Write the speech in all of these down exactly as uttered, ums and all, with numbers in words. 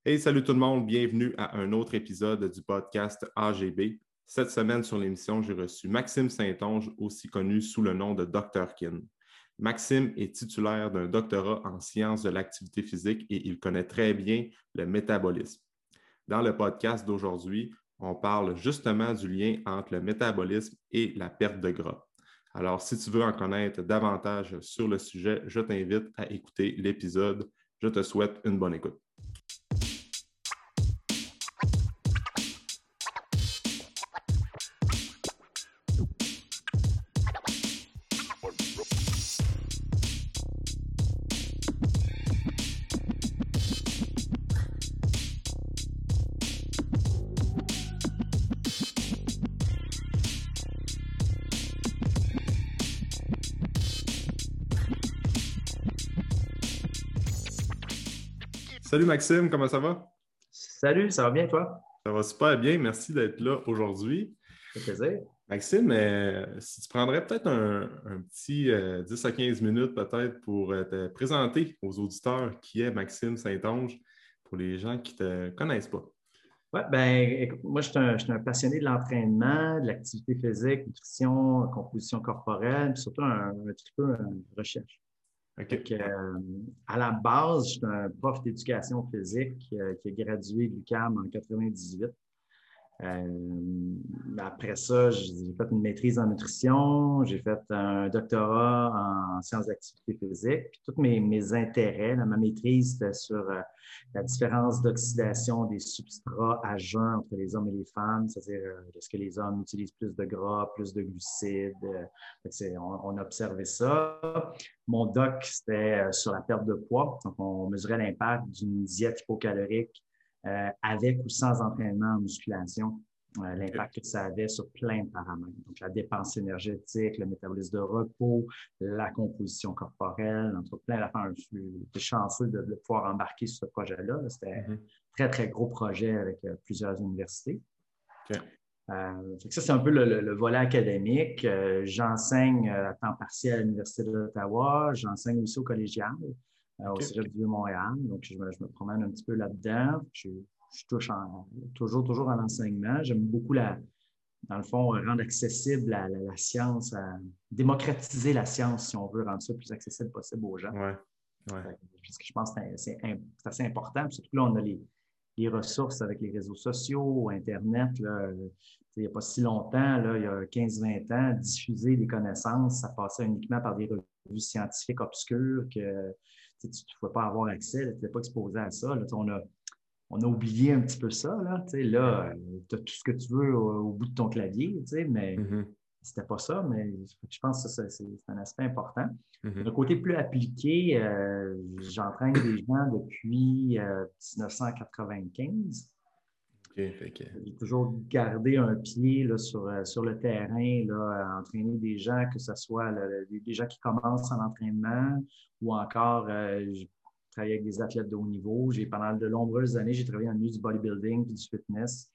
Hey, salut tout le monde, bienvenue à un autre épisode du podcast A G B. Cette semaine sur l'émission, j'ai reçu Maxime Saint-Onge, aussi connu sous le nom de docteur Kin. Maxime est titulaire d'un doctorat en sciences de l'activité physique et il connaît très bien le métabolisme. Dans le podcast d'aujourd'hui, on parle justement du lien entre le métabolisme et la perte de gras. Alors, si tu veux en connaître davantage sur le sujet, je t'invite à écouter l'épisode. Je te souhaite une bonne écoute. Salut Maxime, comment ça va? Salut, ça va bien toi? Ça va super bien, merci d'être là aujourd'hui. Ça fait plaisir. Maxime, euh, si tu prendrais peut-être un, un petit euh, dix à quinze minutes peut-être pour euh, te présenter aux auditeurs qui est Maxime Saint-Onge pour les gens qui ne te connaissent pas. Ouais, ben, écoute, moi, je suis un, je suis un passionné de l'entraînement, de l'activité physique, nutrition, composition corporelle, puis surtout un, un petit peu une recherche. Fait OK. que, euh, à la base, je suis un prof d'éducation physique euh, qui a gradué de l'U Q A M en quatre-vingt-dix-huit. Euh, après ça, j'ai fait une maîtrise en nutrition, j'ai fait un doctorat en sciences d'activité physique. Puis tous mes, mes intérêts, là, ma maîtrise, c'était sur euh, la différence d'oxydation des substrats à jeun entre les hommes et les femmes, c'est-à-dire euh, est-ce que les hommes utilisent plus de gras, plus de glucides. Euh, on, on a observé ça. Mon doc, c'était euh, sur la perte de poids. Donc, on mesurait l'impact d'une diète hypocalorique Euh, avec ou sans entraînement en musculation, euh, l'impact que ça avait sur plein de paramètres. Donc, la dépense énergétique, le métabolisme de repos, la composition corporelle, entre plein d'affaires. Je suis chanceux de, de pouvoir embarquer sur ce projet-là. C'était Mm-hmm. un très, très gros projet avec euh, plusieurs universités. Okay. Euh, ça, c'est un peu le, le, le volet académique. Euh, j'enseigne à temps partiel à l'Université d'Ottawa. J'enseigne aussi au collégial. Euh, au Okay. Cégep du Vieux-Montréal. Donc, je me, je me promène un petit peu là-dedans. Je, je touche en, toujours, toujours à l'enseignement. J'aime beaucoup, la, dans le fond, rendre accessible la, la, la science, à démocratiser la science, si on veut rendre ça le plus accessible possible aux gens. Ouais. Ouais. Parce que je pense que c'est, c'est assez important. Puis surtout, là, on a les, les ressources avec les réseaux sociaux, Internet. Là, il n'y a pas si longtemps, là, il y a quinze à vingt ans, diffuser des connaissances, ça passait uniquement par des revues scientifiques obscures que tu ne pouvais pas avoir accès, tu n'étais pas exposé à ça. Là, on, a, on a oublié un petit peu ça. Là, là tu as tout ce que tu veux au, au bout de ton clavier, mais mm-hmm. c'était pas ça. Mais je pense que ça, c'est, c'est un aspect important. Mm-hmm. D'un côté plus appliqué, euh, j'entraîne des gens depuis euh, dix-neuf cent quatre-vingt-quinze. Okay, okay. J'ai toujours gardé un pied là, sur, sur le terrain, là, à entraîner des gens, que ce soit là, des gens qui commencent en entraînement ou encore euh, je travaille avec des athlètes de haut niveau. J'ai, pendant de nombreuses années, j'ai travaillé dans le milieu du bodybuilding et du fitness.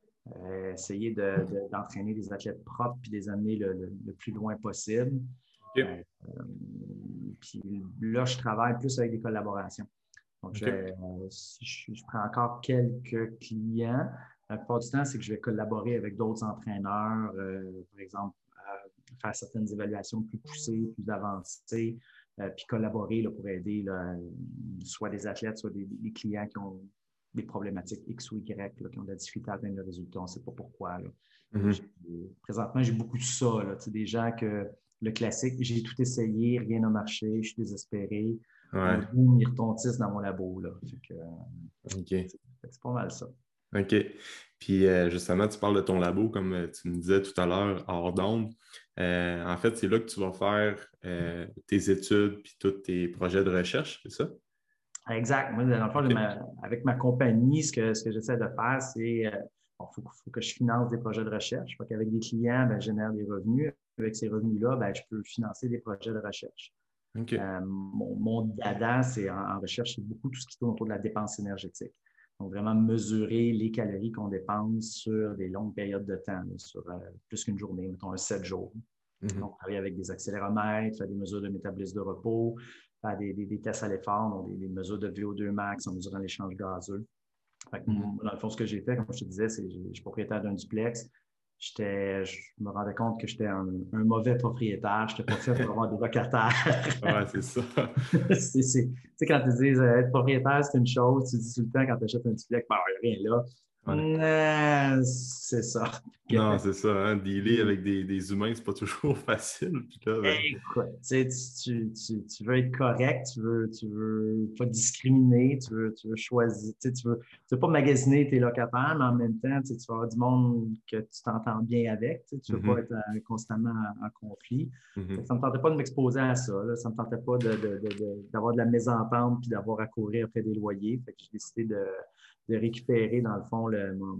Euh, essayer de, de, d'entraîner des athlètes propres puis de les amener le, le, le plus loin possible. Okay. Euh, puis là, je travaille plus avec des collaborations. Donc, okay. euh, si je, je prends encore quelques clients. La plupart du temps, c'est que je vais collaborer avec d'autres entraîneurs, euh, par exemple, euh, faire certaines évaluations plus poussées, plus avancées, euh, puis collaborer là, pour aider là, soit des athlètes, soit des, des clients qui ont des problématiques X ou Y, là, qui ont de la difficulté à atteindre le résultat. On ne sait pas pourquoi. Là. Mm-hmm. J'ai, présentement, j'ai beaucoup de ça. Là, des gens que le classique, j'ai tout essayé, rien n'a marché, je suis désespéré. Ouais. Boum, ils retentissent dans mon labo. Là. Fait que, euh, okay. c'est, c'est pas mal ça. OK. Puis euh, justement, tu parles de ton labo, comme tu me disais tout à l'heure, hors d'onde. Euh, en fait, c'est là que tu vas faire euh, tes études puis tous tes projets de recherche, c'est ça? Exact. Moi, dans le fond, okay. ma, avec ma compagnie, ce que, ce que j'essaie de faire, c'est euh, bon, faut, faut que je finance des projets de recherche. Fait qu'avec des clients, ben, je génère des revenus. Avec ces revenus-là, ben, je peux financer des projets de recherche. Okay. Euh, mon, mon dada, c'est en, en recherche, c'est beaucoup tout ce qui tourne autour de la dépense énergétique. Donc, vraiment mesurer les calories qu'on dépense sur des longues périodes de temps, là, sur euh, plus qu'une journée, mettons un sept jours. Mm-hmm. Donc, travailler avec des accéléromètres, faire des mesures de métabolisme de repos, faire des, des, des tests à l'effort, donc des, des mesures de V O deux max en mesurant l'échange gazeux. Fait que, mm-hmm. Dans le fond, ce que j'ai fait, comme je te disais, c'est que je suis propriétaire d'un duplex. J'étais, je me rendais compte que j'étais un, un mauvais propriétaire. Je n'étais pas fait pour avoir des locataires. Ouais, c'est ça. c'est, c'est, tu sais, quand tu dis euh, être propriétaire, c'est une chose. Tu dis tout le temps quand tu achètes un duplex, ben, il n'y a rien là. Ouais. Non, c'est ça. Non, c'est ça. Hein? Dealer avec des, des humains, c'est pas toujours facile. Puis là, ben... Écoute, tu, tu, tu, tu veux être correct, tu veux, tu veux pas discriminer, tu veux, tu veux choisir, tu veux, tu veux pas magasiner tes locataires, mais en même temps, tu vas avoir du monde que tu t'entends bien avec. Tu ne veux mm-hmm. pas être euh, constamment en, en conflit. Mm-hmm. Ça ne me tentait pas de m'exposer à ça. Là. Ça ne me tentait pas de, de, de, de, d'avoir de la mésentente puis d'avoir à courir après des loyers. Fait que j'ai décidé de, de récupérer, dans le fond, le, mon,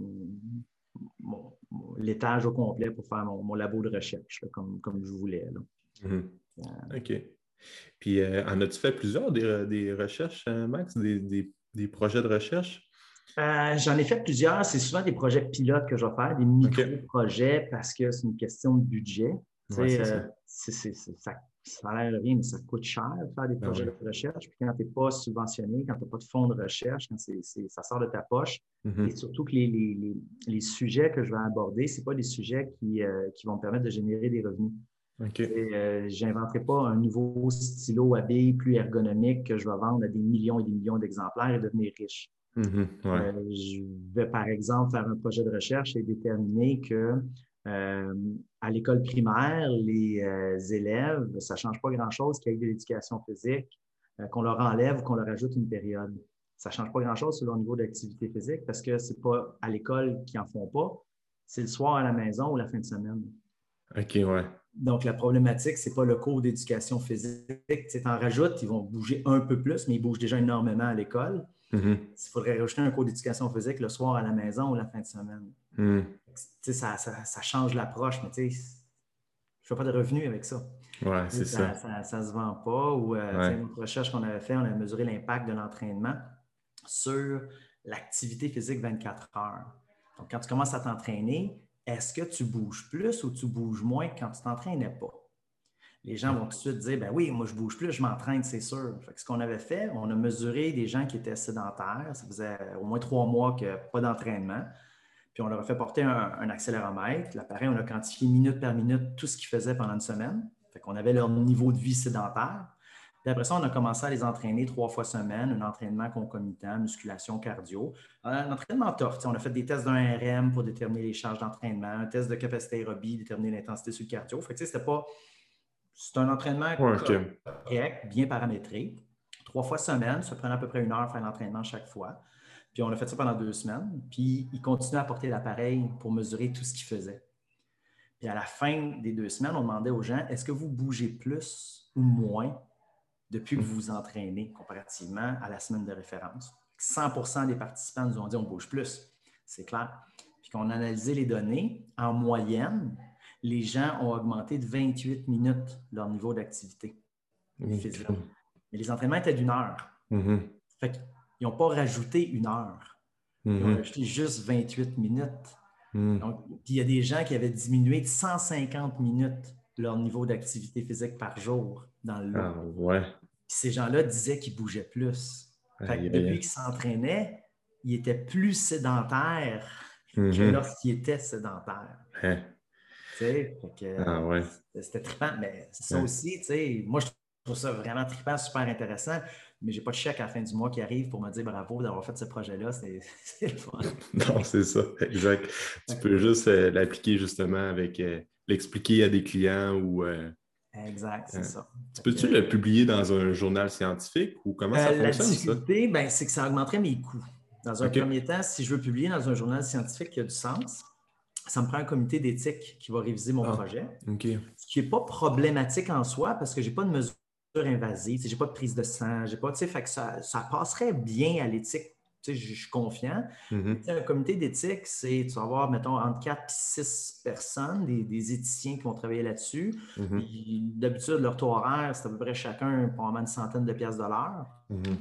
mon, mon, l'étage au complet pour faire mon, mon labo de recherche, là, comme, comme je voulais. Là. Mm-hmm. Euh, OK. Puis, euh, en as-tu fait plusieurs des, des recherches, Max, des, des, des projets de recherche? Euh, j'en ai fait plusieurs. C'est souvent des projets pilotes que je vais faire, des micro-projets okay. parce que c'est une question de budget. Ouais, c'est euh, c'est, c'est, c'est, ça, ça a l'air de rien, mais ça coûte cher de faire des projets ah, oui. de recherche. Puis quand tu n'es pas subventionné, quand tu n'as pas de fonds de recherche, quand c'est, c'est, ça sort de ta poche, mm-hmm. et surtout que les, les, les, les sujets que je vais aborder, ce n'est pas des sujets qui, euh, qui vont me permettre de générer des revenus. Okay. Euh, je n'inventerai pas un nouveau stylo à billes plus ergonomique que je vais vendre à des millions et des millions d'exemplaires et devenir riche. Mm-hmm, ouais. euh, je vais, par exemple, faire un projet de recherche et déterminer que euh, à l'école primaire, les euh, élèves, ça ne change pas grand-chose qu'il y ait de l'éducation physique, euh, qu'on leur enlève ou qu'on leur ajoute une période. Ça ne change pas grand-chose sur leur niveau d'activité physique parce que ce n'est pas à l'école qu'ils n'en font pas, c'est le soir à la maison ou la fin de semaine. OK, ouais. Donc, la problématique, ce n'est pas le cours d'éducation physique. Tu en rajoutes, ils vont bouger un peu plus, mais ils bougent déjà énormément à l'école. Mm-hmm. Il faudrait rajouter un cours d'éducation physique le soir à la maison ou la fin de semaine. Mm. Ça, ça, ça change l'approche, mais je ne fais pas de revenus avec ça. Ouais, c'est ça. Ça ne se vend pas. Ou, euh, ouais. Une recherche qu'on avait fait, on a mesuré l'impact de l'entraînement sur l'activité physique vingt-quatre heures. Donc, quand tu commences à t'entraîner, est-ce que tu bouges plus ou tu bouges moins quand tu ne t'entraînais pas? Les gens vont tout de suite dire, ben oui, moi je bouge plus, je m'entraîne, c'est sûr. Fait que ce qu'on avait fait, on a mesuré des gens qui étaient sédentaires. Ça faisait au moins trois mois qu'il n'y a pas d'entraînement. Puis on leur a fait porter un, un accéléromètre. L'appareil, on a quantifié minute par minute tout ce qu'ils faisaient pendant une semaine. Fait qu'on avait leur niveau de vie sédentaire. Puis après ça, on a commencé à les entraîner trois fois semaine, un entraînement concomitant, musculation, cardio. Un entraînement tough. On a fait des tests d'un R M pour déterminer les charges d'entraînement, un test de capacité aérobie, déterminer l'intensité sur le cardio. Fait que c'était pas... C'est un entraînement ouais, okay. correct, bien paramétré. Trois fois semaine, ça prenait à peu près une heure faire l'entraînement chaque fois. Puis on a fait ça pendant deux semaines. Puis il continuait à porter l'appareil pour mesurer tout ce qu'il faisait. Puis à la fin des deux semaines, on demandait aux gens, est-ce que vous bougez plus ou moins depuis que vous vous entraînez comparativement à la semaine de référence? cent pour cent des participants nous ont dit on bouge plus. C'est clair. Puis qu'on a analysé les données, en moyenne, les gens ont augmenté de vingt-huit minutes leur niveau d'activité okay. physique. Mais les entraînements étaient d'une heure. Mm-hmm. Fait qu'ils n'ont pas rajouté une heure. Ils mm-hmm. ont rajouté juste vingt-huit minutes. Mm. Donc, puis il y a des gens qui avaient diminué de cent cinquante minutes leur niveau d'activité physique par jour dans le lot. Ah, ouais. Puis ces gens-là disaient qu'ils bougeaient plus. Fait que depuis qu'ils s'entraînaient, ils étaient plus sédentaires mm-hmm. que lorsqu'ils étaient sédentaires. Hein. Fait que, ah, ouais. C'était trippant, mais ça ouais. aussi, tu sais, moi je trouve ça vraiment trippant, super intéressant, mais je n'ai pas de chèque à la fin du mois qui arrive pour me dire bravo d'avoir fait ce projet-là, c'est, c'est le fun. Non, c'est ça, exact. Tu peux juste euh, l'appliquer justement avec euh, l'expliquer à des clients ou. Euh, exact, c'est euh, ça. Tu peux-tu que, le publier dans un journal scientifique ou comment ça euh, fonctionne, la difficulté, ben, c'est que ça augmenterait mes coûts. Dans un okay. premier temps, si je veux publier dans un journal scientifique qui a du sens, ça me prend un comité d'éthique qui va réviser mon ah, projet. Okay. Ce qui n'est pas problématique en soi parce que je n'ai pas de mesure invasive, je n'ai pas de prise de sang, j'ai pas, fait que ça, ça passerait bien à l'éthique. Je suis confiant. Mm-hmm. Un comité d'éthique, c'est, tu vas avoir, mettons, entre quatre et six personnes, des, des éthiciens qui vont travailler là-dessus. Mm-hmm. Puis, d'habitude, leur taux horaire, c'est à peu près chacun probablement une centaine de piastres de l'heure. Mm-hmm.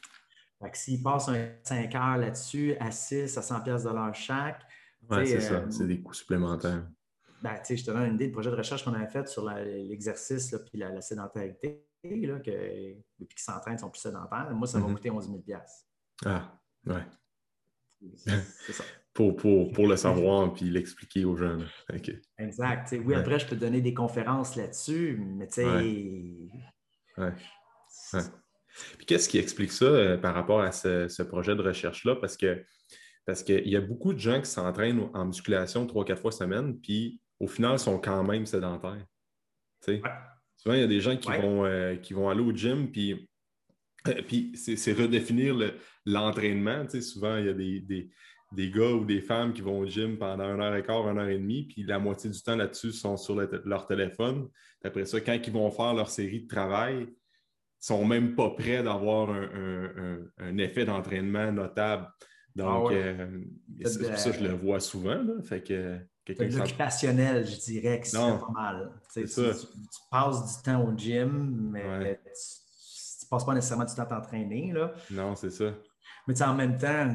Fait que s'ils passent un cinq heures là-dessus, à six à cent piastres de l'heure chaque. Oui, c'est euh, ça. C'est des coûts supplémentaires. Ben, je te donne une idée du projet de recherche qu'on avait fait sur la, l'exercice et la, la sédentarité. Là, que, depuis qu'ils s'entraînent, ils sont plus sédentaires. Moi, ça m'a mm-hmm. coûté onze mille dollars. Ah, ouais. C'est ça. pour, pour, pour le savoir puis l'expliquer aux gens. Okay. Exact. T'sais, oui, ouais. Après, je peux donner des conférences là-dessus, mais tu sais... Ouais. Ouais. Ouais. Puis qu'est-ce qui explique ça euh, par rapport à ce, ce projet de recherche-là? Parce que parce qu'il y a beaucoup de gens qui s'entraînent en musculation trois, quatre fois semaine, puis au final, sont quand même sédentaires. Ouais. Souvent, il y a des gens qui, ouais. vont, euh, qui vont aller au gym, puis, euh, puis c'est, c'est redéfinir le, l'entraînement. Tu sais, souvent, il y a des, des, des gars ou des femmes qui vont au gym pendant une heure et quart, une heure et demie, puis la moitié du temps là-dessus sont sur le, leur téléphone. Après ça, quand ils vont faire leur série de travail, ils sont même pas prêts d'avoir un, un, un, un effet d'entraînement notable. Donc, ah ouais. euh, c'est pour ça que je le vois souvent. Là. Fait que, de l'occupationnel, je dirais que c'est pas mal. Tu, tu, tu, tu passes du temps au gym, mais ouais. tu ne passes pas nécessairement du temps à t'entraîner. Là. Non, c'est ça. Mais en même temps,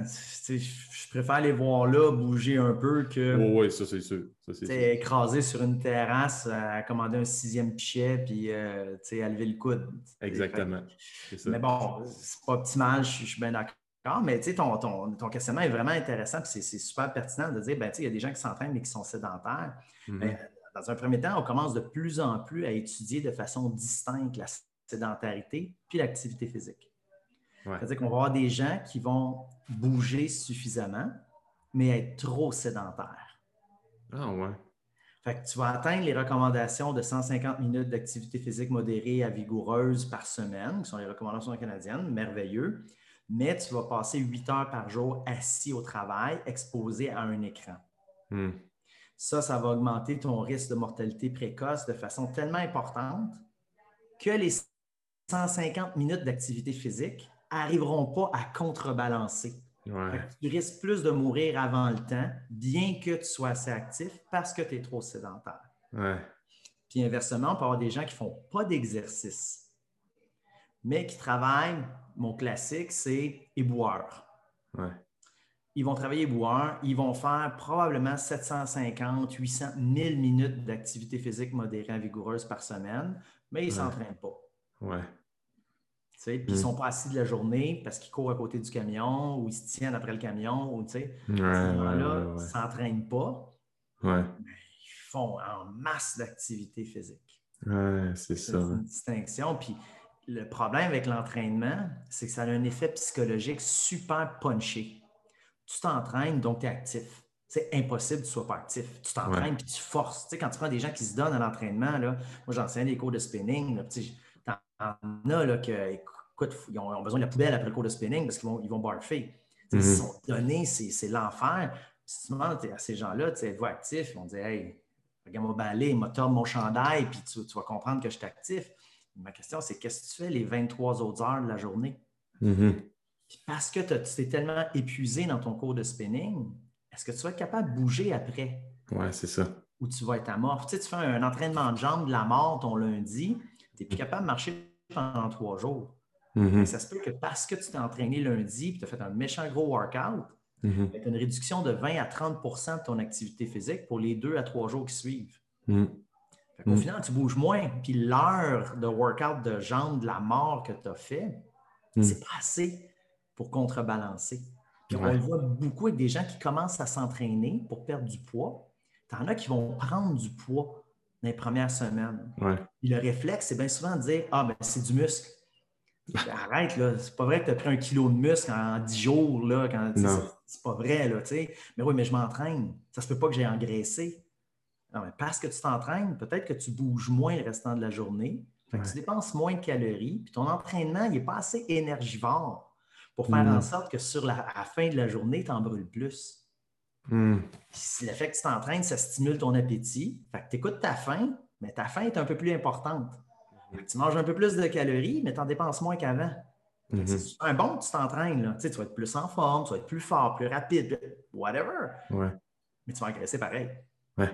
je préfère aller voir là, bouger un peu que oh, oui, ça c'est sûr. Ça, c'est sûr. Écrasé sur une terrasse, à commander un sixième pichet puis euh, à lever le coude. Exactement. C'est ça. Mais bon, c'est pas optimal, je, je suis bien d'accord. Mais ton, ton, ton questionnement est vraiment intéressant et c'est, c'est super pertinent de dire ben, il y a des gens qui s'entraînent mais qui sont sédentaires. Mm-hmm. Ben, dans un premier temps, on commence de plus en plus à étudier de façon distincte la sédentarité puis l'activité physique. Ouais. C'est-à-dire qu'on va avoir des gens qui vont bouger suffisamment, mais être trop sédentaires. Ah ouais. Fait que tu vas atteindre les recommandations de cent cinquante minutes d'activité physique modérée à vigoureuse par semaine, qui sont les recommandations canadiennes, merveilleux, mais tu vas passer huit heures par jour assis au travail, exposé à un écran. Mm. Ça, ça va augmenter ton risque de mortalité précoce de façon tellement importante que les cent cinquante minutes d'activité physique n'arriveront pas à contrebalancer. Ouais. Tu risques plus de mourir avant le temps, bien que tu sois assez actif parce que tu es trop sédentaire. Ouais. Puis inversement, on peut avoir des gens qui ne font pas d'exercice, mais qui travaillent, mon classique, c'est éboueur. Ouais. Ils vont travailler éboueur, ils vont faire probablement sept cent cinquante, huit cents, mille minutes d'activité physique modérée vigoureuse par semaine, mais ils ne ouais. s'entraînent pas. Ouais. Puis mm. ils ne sont pas assis de la journée parce qu'ils courent à côté du camion ou ils se tiennent après le camion. Ou, ouais, ces gens-là ne ouais, ouais. s'entraînent pas, ouais. mais ils font en masse d'activité physique. Ouais, c'est, c'est ça. C'est une distinction. Puis le problème avec l'entraînement, c'est que ça a un effet psychologique super punché. Tu t'entraînes, donc tu es actif. C'est impossible que tu ne sois pas actif. Tu t'entraînes ouais. puis tu forces. Tu sais, quand tu prends des gens qui se donnent à l'entraînement, là, moi j'enseigne des cours de spinning, là, t'en as là, que, écoute, ils ont, ils ont besoin de la poubelle après le cours de spinning parce qu'ils vont, ils vont barfer. Mm-hmm. Ils sont donnés, c'est, c'est l'enfer. Si tu demandes à ces gens-là, êtes-vous actifs? Ils vont dire, hey, regarde-moi baler, il m'a tordre mon chandail, puis tu, tu vas comprendre que je suis actif. Ma question, c'est qu'est-ce que tu fais les vingt-trois autres heures de la journée? Mm-hmm. Puis parce que tu t'es tellement épuisé dans ton cours de spinning, est-ce que tu vas être capable de bouger après? Oui, c'est ça. Ou tu vas être amorphe. Tu sais, tu fais un entraînement de jambes de la mort ton lundi, tu n'es plus capable de marcher pendant trois jours. Mm-hmm. Ça se peut que parce que tu t'es entraîné lundi et tu as fait un méchant gros workout, mm-hmm. tu as une réduction de vingt à trente pour cent de ton activité physique pour les deux à trois jours qui suivent. Mm-hmm. Fait qu'au mm-hmm. final, tu bouges moins. Puis l'heure de workout de jambes de la mort que tu as fait, mm-hmm. c'est pas assez pour contrebalancer. Puis ouais. on le voit beaucoup avec des gens qui commencent à s'entraîner pour perdre du poids. Tu en as qui vont prendre du poids dans les premières semaines. Ouais. Puis le réflexe, c'est bien souvent de dire « Ah, ben c'est du muscle. » Arrête, là. C'est pas vrai que tu as pris un kilo de muscle en dix jours, là. Quand, c'est, c'est pas vrai, là, tu sais. Mais oui, mais je m'entraîne. Ça se peut pas que j'ai engraissé. Non, mais parce que tu t'entraînes, peut-être que tu bouges moins le restant de la journée. Fait que ouais. tu dépenses moins de calories. Puis ton entraînement, il n'est pas assez énergivore pour faire mmh. en sorte que sur la, à la fin de la journée, tu en brûles plus. Mmh. Puis le fait que tu t'entraînes, ça stimule ton appétit. Fait que tu écoutes ta faim, mais ta faim est un peu plus importante. Fait que tu manges un peu plus de calories, mais tu en dépenses moins qu'avant. Mmh. C'est super bon que tu t'entraînes. Là. Tu sais, tu vas être plus en forme, tu vas être plus fort, plus rapide, whatever. Ouais. Mais tu vas engraisser pareil. Ouais.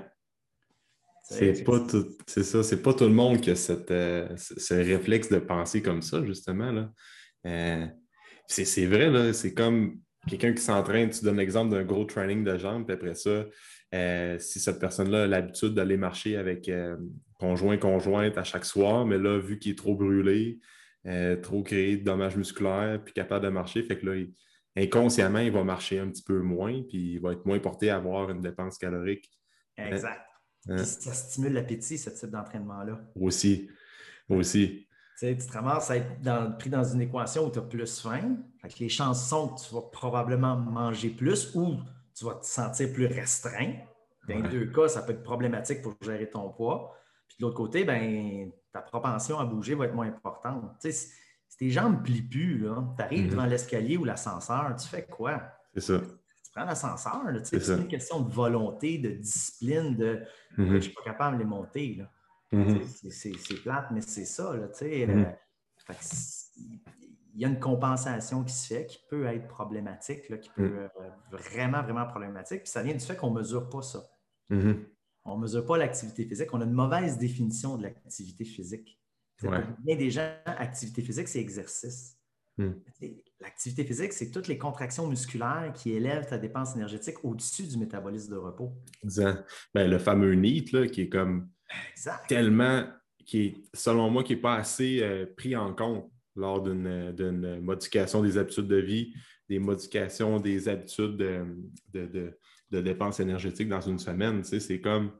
C'est, c'est, pas tout, c'est ça, c'est pas tout le monde qui a cette, euh, ce réflexe de penser comme ça, justement. Là. Euh, C'est, c'est vrai, là, c'est comme quelqu'un qui s'entraîne, tu donnes l'exemple d'un gros training de jambes, puis après ça, euh, si cette personne-là a l'habitude d'aller marcher avec euh, conjoint, conjointe à chaque soir, mais là, vu qu'il est trop brûlé, euh, trop créé de dommages musculaires, puis capable de marcher, fait que là, il, inconsciemment, il va marcher un petit peu moins, puis il va être moins porté à avoir une dépense calorique. Exact. Hein? Puis ça stimule l'appétit, ce type d'entraînement-là. Aussi, aussi. Tu sais, tu te ramasses à être dans, pris dans une équation où tu as plus faim. Fait que les chances sont que tu vas probablement manger plus ou tu vas te sentir plus restreint. Dans les Ouais. deux cas, ça peut être problématique pour gérer ton poids. Puis de l'autre côté, ben, ta propension à bouger va être moins importante. Tu sais, si, si tes jambes ne plient plus, tu arrives Mm-hmm. devant l'escalier ou l'ascenseur, tu fais quoi? C'est ça. Tu prends l'ascenseur, tu sais, C'est c'est ça. une question de volonté, de discipline, de Mm-hmm. écoute, je ne suis pas capable de les monter. Là. Mm-hmm. C'est, c'est, c'est plate, mais c'est ça. Là, euh, Mm-hmm. fait que il y a une compensation qui se fait qui peut être problématique, là, qui peut Mm-hmm. euh, vraiment, vraiment problématique. Puis ça vient du fait qu'on ne mesure pas ça. Mm-hmm. On ne mesure pas l'activité physique. On a une mauvaise définition de l'activité physique. Ouais. Pour bien des gens, activité physique, c'est exercice. Mm. L'activité physique, c'est toutes les contractions musculaires qui élèvent ta dépense énergétique au-dessus du métabolisme de repos. Ben, le fameux N E A T, là, qui est comme exact. Tellement, qui est, selon moi, qui n'est pas assez euh, pris en compte lors d'une, d'une modification des habitudes de vie, des modifications des habitudes de, de, de, de dépenses énergétiques dans une semaine. Tu sais, c'est comme,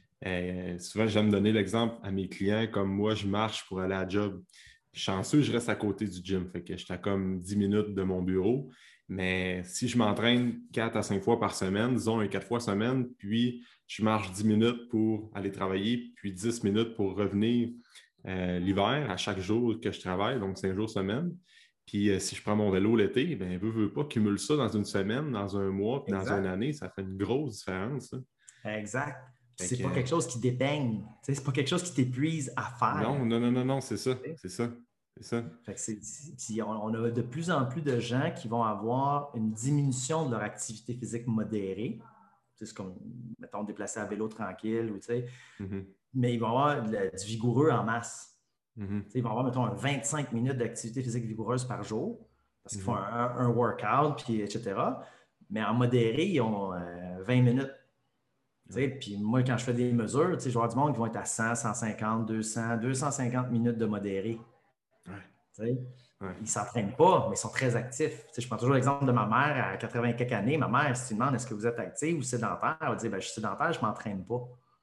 euh, souvent, j'aime donner l'exemple à mes clients, comme moi, je marche pour aller à la job. Chanceux, je reste à côté du gym. Fait que j'étais à comme dix minutes de mon bureau. Mais si je m'entraîne quatre à cinq fois par semaine, disons un quatre fois semaine, puis je marche dix minutes pour aller travailler, puis dix minutes pour revenir euh, l'hiver à chaque jour que je travaille, donc cinq jours semaine. Puis euh, si je prends mon vélo l'été, bien, veux, veux pas, cumule ça dans une semaine, dans un mois, puis dans une année, ça fait une grosse différence. Ça. Exact. C'est pas quelque chose qui dépeigne. C'est pas quelque chose qui t'épuise à faire. Non, non, non, non, non, c'est ça. C'est ça. C'est ça. Fait que c'est, puis on, on a de plus en plus de gens qui vont avoir une diminution de leur activité physique modérée. C'est comme, mettons, déplacer à vélo tranquille, ou, tu sais, mm-hmm. mais ils vont avoir de, du vigoureux en masse. Mm-hmm. Ils vont avoir, mettons, vingt-cinq minutes d'activité physique vigoureuse par jour parce qu'ils mm-hmm. font un, un workout, puis et cetera. Mais en modéré, ils ont euh, vingt minutes. Mm-hmm. Puis moi, quand je fais des mesures, je vais avoir du monde qui vont être à cent, cent cinquante, deux cents, deux cent cinquante minutes de modéré. Ouais. Ouais. Ils ne s'entraînent pas, mais ils sont très actifs. T'sais, je prends toujours l'exemple de ma mère à quatre-vingts quelques années. Ma mère, si tu demandes est-ce que vous êtes active ou sédentaire, elle va dire ben, je suis sédentaire, je ne m'entraîne pas.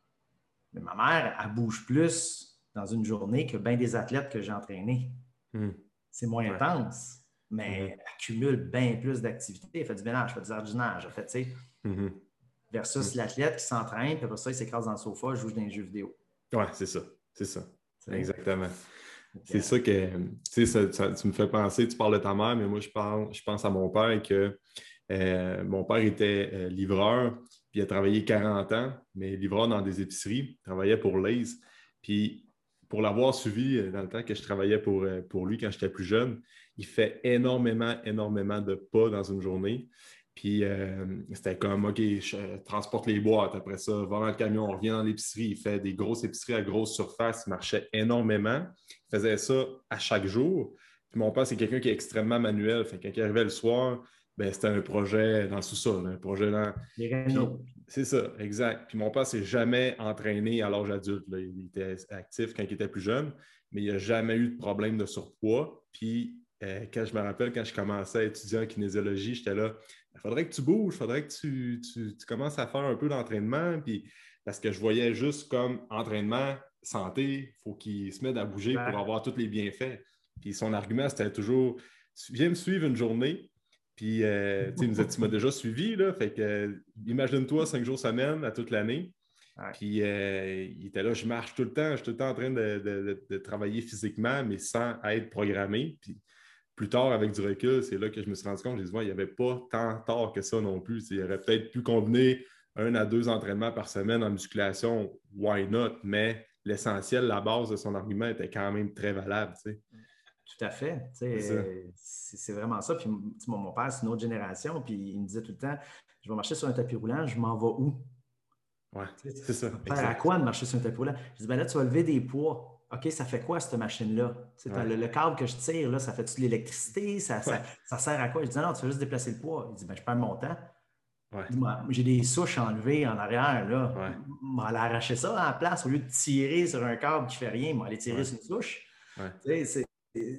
Mais ma mère, elle bouge plus dans une journée que bien des athlètes que j'ai entraînés. Mm. C'est moins ouais. intense, mais mm-hmm. elle accumule bien plus d'activités. Elle fait du ménage, elle fait du jardinage, elle fait, tu sais. Mm-hmm. Versus mm. l'athlète qui s'entraîne, puis après ça, il s'écrase dans le sofa, joue dans les jeux vidéo. Oui, c'est ça. C'est ça. C'est exactement. C'est ça que, tu sais, ça, ça, tu me fais penser, tu parles de ta mère, mais moi, je, parle, je pense à mon père que euh, mon père était euh, livreur, puis il a travaillé quarante ans, mais livreur dans des épiceries, il travaillait pour Lay's. Puis pour l'avoir suivi dans le temps que je travaillais pour, pour lui quand j'étais plus jeune, il fait énormément, énormément de pas dans une journée. Puis euh, c'était comme, OK, je transporte les boîtes, après ça, va dans le camion, on revient dans l'épicerie, il fait des grosses épiceries à grosse surface, il marchait énormément, il faisait ça à chaque jour. Puis mon père, c'est quelqu'un qui est extrêmement manuel, fait que quand il arrivait le soir, ben, c'était un projet dans le sous-sol, un projet dans... Puis, c'est ça, exact. Puis mon père s'est jamais entraîné à l'âge adulte, là. Il était actif quand il était plus jeune, mais il n'a jamais eu de problème de surpoids. Puis euh, quand je me rappelle, quand je commençais à étudier en kinésiologie, j'étais là, il faudrait que tu bouges, il faudrait que tu, tu, tu commences à faire un peu d'entraînement. Puis, parce que je voyais juste comme entraînement, santé, il faut qu'il se mette à bouger pour avoir tous les bienfaits. Puis son argument, c'était toujours, viens me suivre une journée. Puis, euh, tu sais, il nous a dit, tu m'as déjà suivi, là. Fait que, euh, imagine-toi, cinq jours semaine à toute l'année. Ouais. Puis, euh, il était là, je marche tout le temps, je suis tout le temps en train de, de, de, de travailler physiquement, mais sans être programmé. Puis, plus tard, avec du recul, c'est là que je me suis rendu compte, j'ai dit, ouais, il n'y avait pas tant tard que ça non plus. Il aurait peut-être pu combiner un à deux entraînements par semaine en musculation, why not? Mais l'essentiel, la base de son argument était quand même très valable, tu sais. Tout à fait. C'est, c'est vraiment ça. Puis mon, mon père, c'est une autre génération, puis il me disait tout le temps, je vais marcher sur un tapis roulant, je m'en vais où? Oui, c'est ça. Faire à quoi de marcher sur un tapis roulant? Je dis, ben là, tu vas lever des poids. OK, ça fait quoi, cette machine-là? Ouais. Le, le câble que je tire, là, ça fait-tu de l'électricité? Ça, ouais. ça, ça sert à quoi? Je dis, non, tu fais juste déplacer le poids. Il dit, ben je perds mon temps. Ouais. J'ai des souches enlevées en arrière, là. Ouais. On va aller arracher ça à la place au lieu de tirer sur un câble qui ne fait rien, on va aller tirer ouais. sur une souche. Ouais. C'est,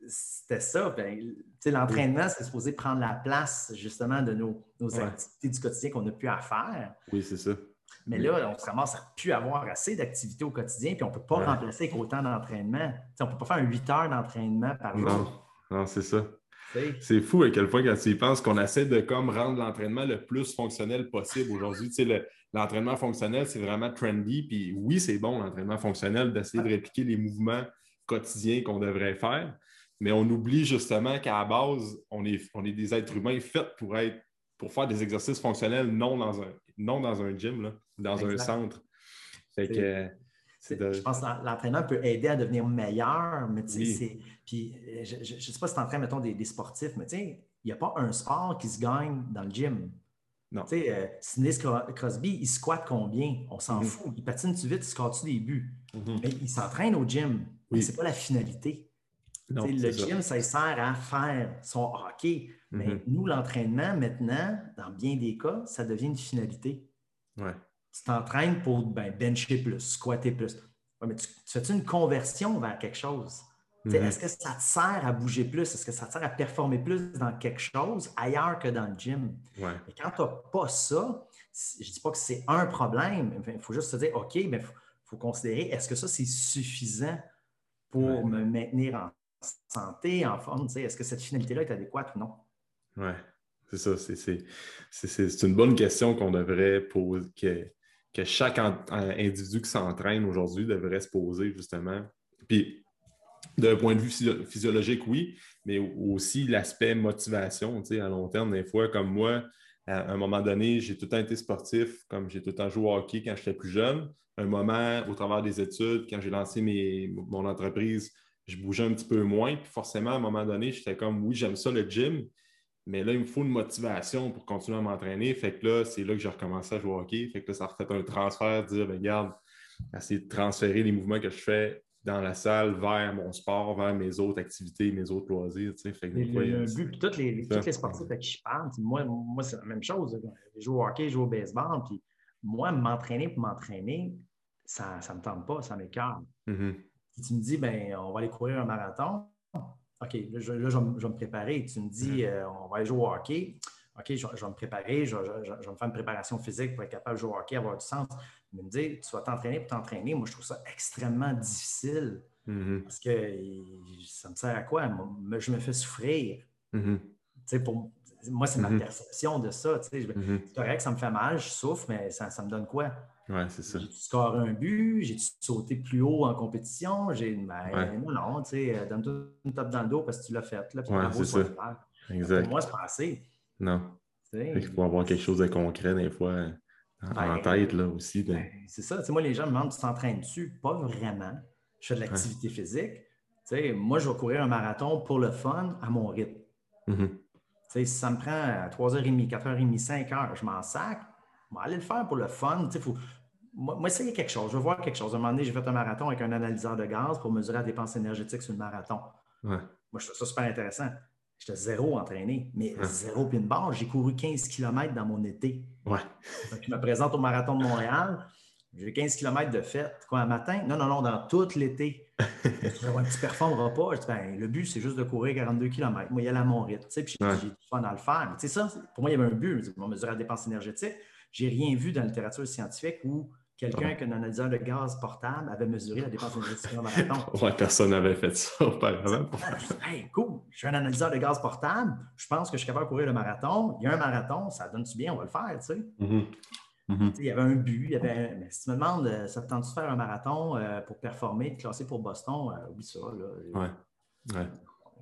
c'était ça. Ben, l'entraînement, oui. c'est supposé prendre la place, justement, de nos, nos ouais. activités du quotidien qu'on n'a plus à faire. Oui, c'est ça. Mais oui. là, on se ramasse à ne plus avoir assez d'activités au quotidien, puis on ne peut pas ouais. remplacer avec autant d'entraînement. T'sais, on ne peut pas faire un huit heures d'entraînement par jour. Non, non c'est ça. C'est fou à quel point, quand tu y penses, qu'on essaie de comme rendre l'entraînement le plus fonctionnel possible aujourd'hui. Le, l'entraînement fonctionnel, c'est vraiment trendy. Puis oui, c'est bon, l'entraînement fonctionnel, d'essayer de répliquer les mouvements quotidiens qu'on devrait faire. Mais on oublie justement qu'à la base, on est, on est des êtres humains faits pour être, pour faire des exercices fonctionnels non dans un, non dans un gym, là, dans exact. Un centre. Fait c'est, que, c'est de... Je pense que l'entraînement peut aider à devenir meilleur, mais tu sais, oui. c'est. Puis je ne sais pas si tu es en train, mettons, des, des sportifs, mais tu sais, il n'y a pas un sport qui se gagne dans le gym. Non. Tu sais, euh, Sidney Crosby, il squatte combien? On s'en mm-hmm. fout. Il patine-tu vite, il score-tu des buts? Mm-hmm. Mais il s'entraîne au gym. Oui. Mais ce n'est pas la finalité. Non, le gym, ça. ça sert à faire son hockey. Mais mm-hmm. nous, l'entraînement, maintenant, dans bien des cas, ça devient une finalité. Ouais. Tu t'entraînes pour ben, bencher plus, squatter plus. Ouais, mais tu, tu fais-tu une conversion vers quelque chose? Mm-hmm. Est-ce que ça te sert à bouger plus? Est-ce que ça te sert à performer plus dans quelque chose ailleurs que dans le gym? Ouais. Et quand tu n'as pas ça, je ne dis pas que c'est un problème. Il faut juste se dire, OK, mais il faut, faut considérer, est-ce que ça, c'est suffisant pour ouais. me maintenir en santé, en forme? Est-ce que cette finalité-là est adéquate ou non? Oui, c'est ça. C'est, c'est, c'est, c'est une bonne question qu'on devrait poser, que, que chaque en, individu qui s'entraîne aujourd'hui devrait se poser, justement. Puis, d'un point de vue physio- physiologique, oui, mais aussi l'aspect motivation, tu sais, à long terme, des fois, comme moi, à un moment donné, j'ai tout le temps été sportif, comme j'ai tout le temps joué au hockey quand j'étais plus jeune. Un moment, au travers des études, quand j'ai lancé mes, mon entreprise, je bougeais un petit peu moins. Puis forcément, à un moment donné, j'étais comme, oui, j'aime ça le gym, mais là, il me faut une motivation pour continuer à m'entraîner. Fait que là, c'est là que j'ai recommencé à jouer au hockey. Fait que là, ça a refait un transfert, dire, ben, regarde, essayer de transférer les mouvements que je fais dans la salle vers mon sport, vers mes autres activités, mes autres loisirs. Tu sais. Fait que il y a un but. Puis tous les, les, tous les sportifs à qui je parle, moi, moi, c'est la même chose. Je joue au hockey, je joue au baseball. Puis moi, m'entraîner pour m'entraîner, ça ne me tente pas, ça m'écarte. Mm-hmm. Si tu me dis, ben, on va aller courir un marathon, OK, là, je, là, je, vais, je vais me préparer. Tu me dis, mm-hmm. euh, on va aller jouer au hockey. OK, je, je vais me préparer, je, je, je, je vais me faire une préparation physique pour être capable de jouer au hockey, avoir du sens. Mais me dire, tu vas t'entraîner pour t'entraîner, moi, je trouve ça extrêmement difficile. Mm-hmm. Parce que ça me sert à quoi? Moi, je me fais souffrir. Mm-hmm. Pour, moi, c'est mm-hmm. ma perception de ça. Je, mm-hmm. C'est correct, ça me fait mal, je souffre, mais ça, ça me donne quoi? Ouais, c'est ça. J'ai-tu scoré un but? J'ai-tu sauté plus haut en compétition? J'ai, ben, ouais. Non, non, tu sais, donne-toi une tape dans le dos parce que tu l'as fait. Là, puis ouais, bravo, c'est ça. Exact. Pour moi, c'est pas assez. Non. Il faut avoir quelque chose de concret, des fois, en, ben, en tête, là, aussi. De... Ben, c'est ça. T'sais, moi, les gens me demandent, tu t'entraînes dessus? Pas vraiment. Je fais de l'activité ouais. physique. T'sais, moi, je vais courir un marathon pour le fun à mon rythme. Mm-hmm. Si ça me prend trois heures trente, quatre heures trente, cinq heures, je m'en sac. Je vais aller le faire pour le fun. Faut... Moi, moi, essayer quelque chose. Je veux voir quelque chose. À un moment donné, j'ai fait un marathon avec un analyseur de gaz pour mesurer la dépense énergétique sur le marathon. Ouais. Moi, je trouve ça super intéressant. J'étais zéro entraîné, mais ouais. zéro pin barre. J'ai couru quinze kilomètres dans mon été. Ouais. Donc, je me présente au marathon de Montréal. J'ai quinze kilomètres de fête. Quoi, un matin? Non, non, non, dans tout l'été. Ouais, tu ne performeras pas. Je dis, ben, le but, c'est juste de courir quarante-deux kilomètres. Moi, il y a à mon rythme. Puis j'ai, ouais. j'ai du fun à le faire. Mais ça, pour moi, il y avait un but. On mesurait la dépense énergétique. Je n'ai rien vu dans la littérature scientifique où quelqu'un avec un analyseur de gaz portable avait mesuré la dépense énergétique au marathon. Ouais, personne n'avait fait ça auparavant. Hey, cool, je suis un analyseur de gaz portable. Je pense que je suis capable de courir le marathon. Il y a un marathon, ça donne-tu bien, on va le faire, tu sais. Mm-hmm. Mm-hmm. Il y avait un but. Il y avait un... Mais si tu me demandes, ça te tente de faire un marathon euh, pour performer, te classer pour Boston, euh, oublie ça. Là. Ouais. Ouais.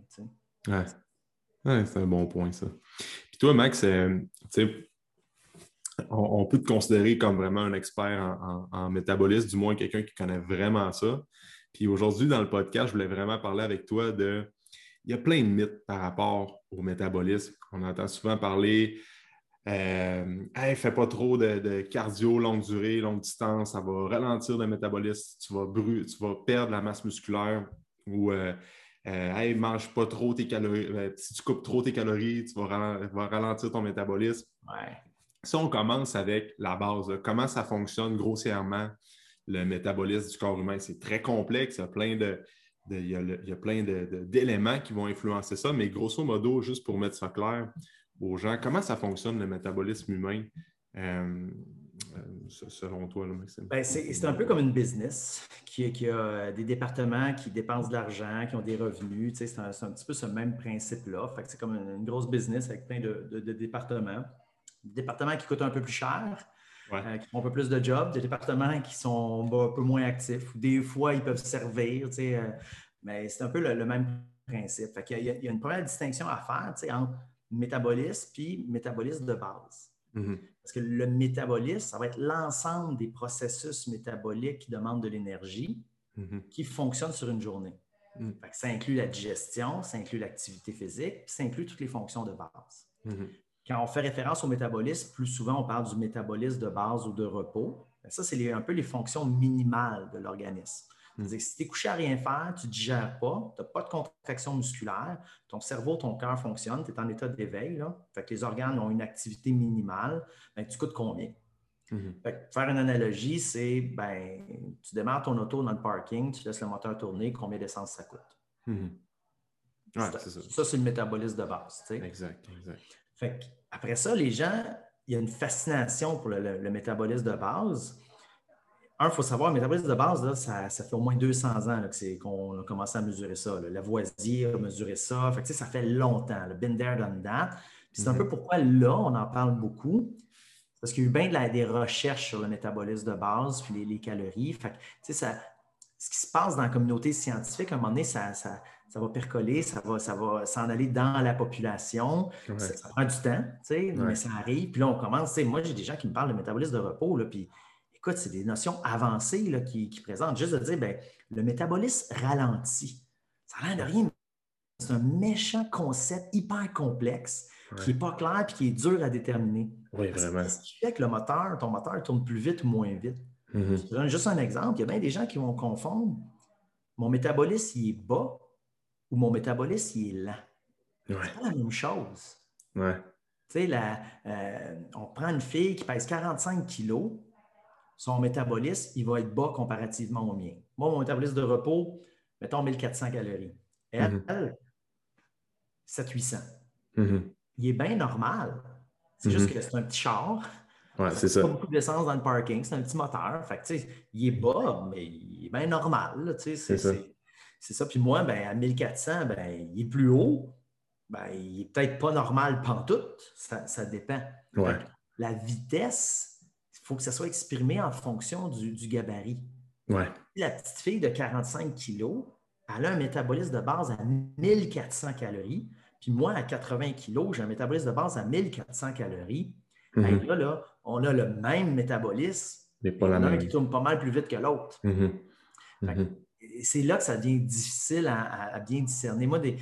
Ouais. Ouais, c'est un bon point, ça. Puis toi, Max, euh, tu sais, on, on peut te considérer comme vraiment un expert en, en, en métabolisme, du moins quelqu'un qui connaît vraiment ça. Puis aujourd'hui, dans le podcast, je voulais vraiment parler avec toi de... Il y a plein de mythes par rapport au métabolisme. On entend souvent parler... Euh, hey, fais pas trop de, de cardio longue durée, longue distance, ça va ralentir le métabolisme, tu vas, brûler, tu vas perdre la masse musculaire ou euh, euh, hey, mange pas trop tes calories, euh, si tu coupes trop tes calories, tu vas, ralent- vas ralentir ton métabolisme. Ouais. Si on commence avec la base, là, comment ça fonctionne grossièrement le métabolisme du corps humain, c'est très complexe, il y a plein de, de, il, y a le, il y a plein de, de, d'éléments qui vont influencer ça, mais grosso modo, juste pour mettre ça clair aux gens, comment ça fonctionne le métabolisme humain euh, euh, selon toi, là, Maxime? Ben, c'est, c'est un peu comme une business qui, qui a des départements qui dépensent de l'argent, qui ont des revenus. Tu sais, c'est, un, c'est un petit peu ce même principe-là. Fait que c'est comme une, une grosse business avec plein de, de, de départements. Des départements qui coûtent un peu plus cher, Ouais. euh, qui font un peu plus de jobs. Des départements qui sont bah, un peu moins actifs. Des fois, ils peuvent servir. Tu sais, euh, mais c'est un peu le, le même principe. Fait qu'il y a, il y a une première distinction à faire, tu sais, entre métabolisme puis métabolisme de base. Mm-hmm. Parce que le métabolisme, ça va être l'ensemble des processus métaboliques qui demandent de l'énergie mm-hmm. qui fonctionnent sur une journée. Mm. Fait que ça inclut la digestion, ça inclut l'activité physique, puis ça inclut toutes les fonctions de base. Mm-hmm. Quand on fait référence au métabolisme, plus souvent, on parle du métabolisme de base ou de repos. Ça, c'est les, un peu les fonctions minimales de l'organisme. C'est-à-dire, si tu es couché à rien faire, tu ne digères pas, tu n'as pas de contraction musculaire, ton cerveau, ton cœur fonctionne, tu es en état d'éveil, là. Fait que les organes ont une activité minimale, bien, tu coûtes combien? Mm-hmm. Fait que faire une analogie, c'est ben, tu démarres ton auto dans le parking, tu laisses le moteur tourner, combien d'essence ça coûte? Mm-hmm. Ouais, c'est, c'est ça. Ça, c'est le métabolisme de base. Tu sais. Exact, exact. Fait que, après ça, les gens, il y a une fascination pour le, le, le métabolisme de base. Un, il faut savoir, le métabolisme de base, là, ça, ça fait au moins deux cents ans là, que c'est, qu'on a commencé à mesurer ça. Là. Lavoisier a mesuré ça. Fait que, ça fait longtemps. Là. Been there, done that. Puis c'est mm-hmm. un peu pourquoi là, on en parle beaucoup. Parce qu'il y a eu bien de la, des recherches sur le métabolisme de base puis les, les calories. Fait que, ça, ce qui se passe dans la communauté scientifique, à un moment donné, ça, ça, ça va percoler, ça va, ça va s'en aller dans la population. Ouais. Ça, ça prend du temps, ouais. Mais ça arrive. Puis là, on commence. Moi, j'ai des gens qui me parlent de métabolisme de repos. Là, puis écoute, c'est des notions avancées là, qui, qui présentent. Juste de dire, bien, le métabolisme ralentit. Ça n'a l'air de rien, mais c'est un méchant concept hyper complexe ouais. qui n'est pas clair et qui est dur à déterminer. Oui, vraiment. Qu'est-ce qui fait que le moteur, ton moteur tourne plus vite ou moins vite? Mm-hmm. Je te donne juste un exemple. Il y a bien des gens qui vont confondre mon métabolisme, il est bas ou mon métabolisme, il est lent. Ouais. C'est pas la même chose. Ouais. Tu sais, la, euh, on prend une fille qui pèse quarante-cinq kilos, son métabolisme, il va être bas comparativement au mien. Moi, mon métabolisme de repos, mettons mille quatre cents calories. Elle, mm-hmm. elle sept cents à huit cents. Mm-hmm. Il est bien normal. C'est mm-hmm. juste que c'est un petit char. Ouais, c'est ça. ça. Pas beaucoup d'essence dans le parking, c'est un petit moteur. Fait que, tu sais, il est bas, mais il est bien normal. Là, c'est, c'est, ça. C'est, c'est ça. Puis moi, ben, à mille quatre cents, ben, il est plus haut. Ben, il n'est peut-être pas normal pantoute. Ça, ça dépend. Ouais. La vitesse, il faut que ça soit exprimé en fonction du, du gabarit. Ouais. La petite fille de quarante-cinq kilos, elle a un métabolisme de base à mille quatre cents calories. Puis moi, à quatre-vingts kilos, j'ai un métabolisme de base à mille quatre cents calories. Mm-hmm. Hey, là, là, on a le même métabolisme, mais pas la même. Un qui tourne pas mal plus vite que l'autre. Mm-hmm. Mm-hmm. C'est là que ça devient difficile à, à, à bien discerner. Moi, des,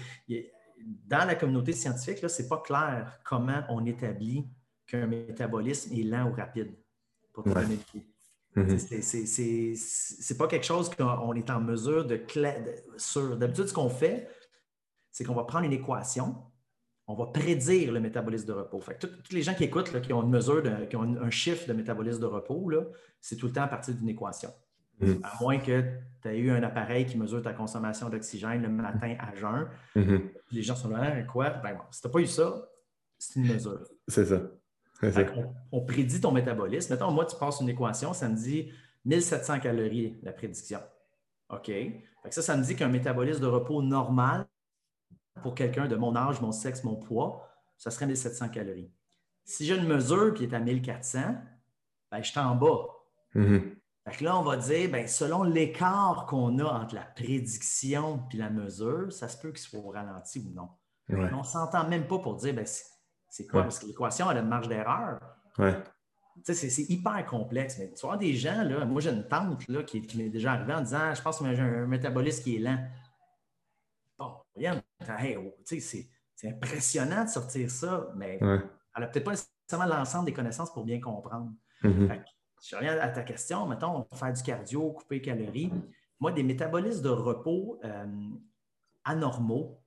dans la communauté scientifique, ce n'est pas clair comment on établit qu'un métabolisme est lent ou rapide. Pour te donner le coup. Mm-hmm. C'est, c'est, c'est, c'est pas quelque chose qu'on est en mesure de, cla- de sur. D'habitude, ce qu'on fait, c'est qu'on va prendre une équation. On va prédire le métabolisme de repos. Fait que tous les gens qui écoutent, là, qui ont une mesure, de, qui ont un chiffre de métabolisme de repos, là, c'est tout le temps à partir d'une équation. Mm. À moins que tu aies eu un appareil qui mesure ta consommation d'oxygène le matin à jeun. Mm-hmm. Les gens sont là, quoi? Ben bon, si tu n'as pas eu ça, c'est une mesure. C'est ça. C'est ça. On, on prédit ton métabolisme. Mettons, moi, tu passes une équation, ça me dit mille sept cents calories, la prédiction. OK. Fait que ça, ça me dit qu'un métabolisme de repos normal, pour quelqu'un de mon âge, mon sexe, mon poids, ça serait mille sept cents calories. Si j'ai une mesure qui est à mille quatre cents, ben, je suis en bas. Mm-hmm. Fait que là, on va dire, ben, selon l'écart qu'on a entre la prédiction et la mesure, ça se peut qu'il soit au ralenti ou non. Ouais. On ne s'entend même pas pour dire, ben, c'est, c'est quoi? Ouais. Parce que l'équation, elle a une marge d'erreur. Ouais. C'est, c'est hyper complexe. Mais tu vois, des gens, là, moi, j'ai une tante là, qui, qui m'est déjà arrivée en disant, je pense que j'ai un métabolisme qui est lent. Bon, regarde, hey, oh, c'est, c'est impressionnant de sortir ça, mais ouais. elle n'a peut-être pas nécessairement l'ensemble des connaissances pour bien comprendre. Mm-hmm. Fait que, si je reviens à ta question, mettons, faire du cardio, couper les calories. Moi, des métabolismes de repos euh, anormaux,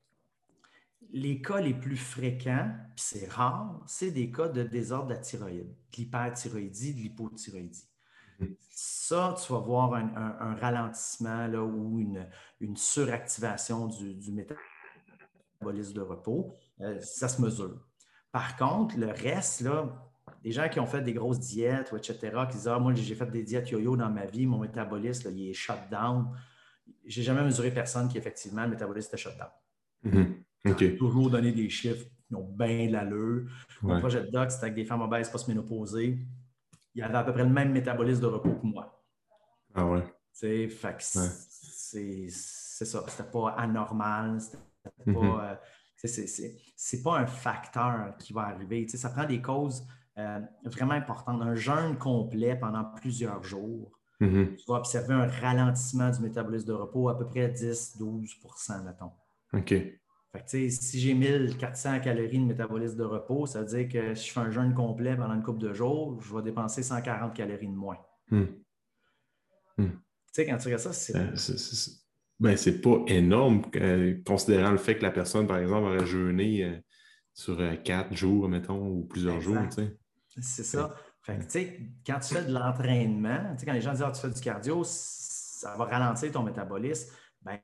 les cas les plus fréquents, puis c'est rare, c'est des cas de désordre de la thyroïde, de l'hyperthyroïdie, de l'hypothyroïdie. Mm-hmm. Ça, tu vas voir un, un, un ralentissement là, ou une, une suractivation du, du métabolisme de repos. Euh, ça se mesure. Par contre, le reste, là, des gens qui ont fait des grosses diètes, et cetera, qui disent « Ah, moi, j'ai fait des diètes yo-yo dans ma vie, mon métabolisme, là, il est shut down. » J'ai jamais mesuré personne qui, effectivement, le métabolisme était shut down. Mm-hmm. Okay. J'ai toujours donné des chiffres qui ont bien de l'allure. Mon ouais. projet de doc, c'était avec des femmes obèses post-ménopausées. Ils avaient à peu près le même métabolisme de repos que moi. Ah ouais. Fait que ouais. c'est ça. C'était pas anormal. C'était mm-hmm. pas... Euh, c'est pas un facteur qui va arriver. T'sais, ça prend des causes euh, vraiment importantes. Un jeûne complet pendant plusieurs jours, mm-hmm. tu vas observer un ralentissement du métabolisme de repos à peu près dix à douze pour cent, mettons. OK. Fait que, si j'ai mille quatre cents calories de métabolisme de repos, ça veut dire que si je fais un jeûne complet pendant une couple de jours, je vais dépenser cent quarante calories de moins. Mm. Mm. Tu sais, quand tu regardes ça, c'est... Euh, c'est ben, c'est pas énorme, euh, considérant le fait que la personne, par exemple, aurait jeûné euh, sur euh, quatre jours, mettons, ou plusieurs exact. jours, tu sais. C'est ça. Fait que, tu sais, quand tu fais de l'entraînement, tu sais, quand les gens disent ah, tu fais du cardio, ça va ralentir ton métabolisme. Ben,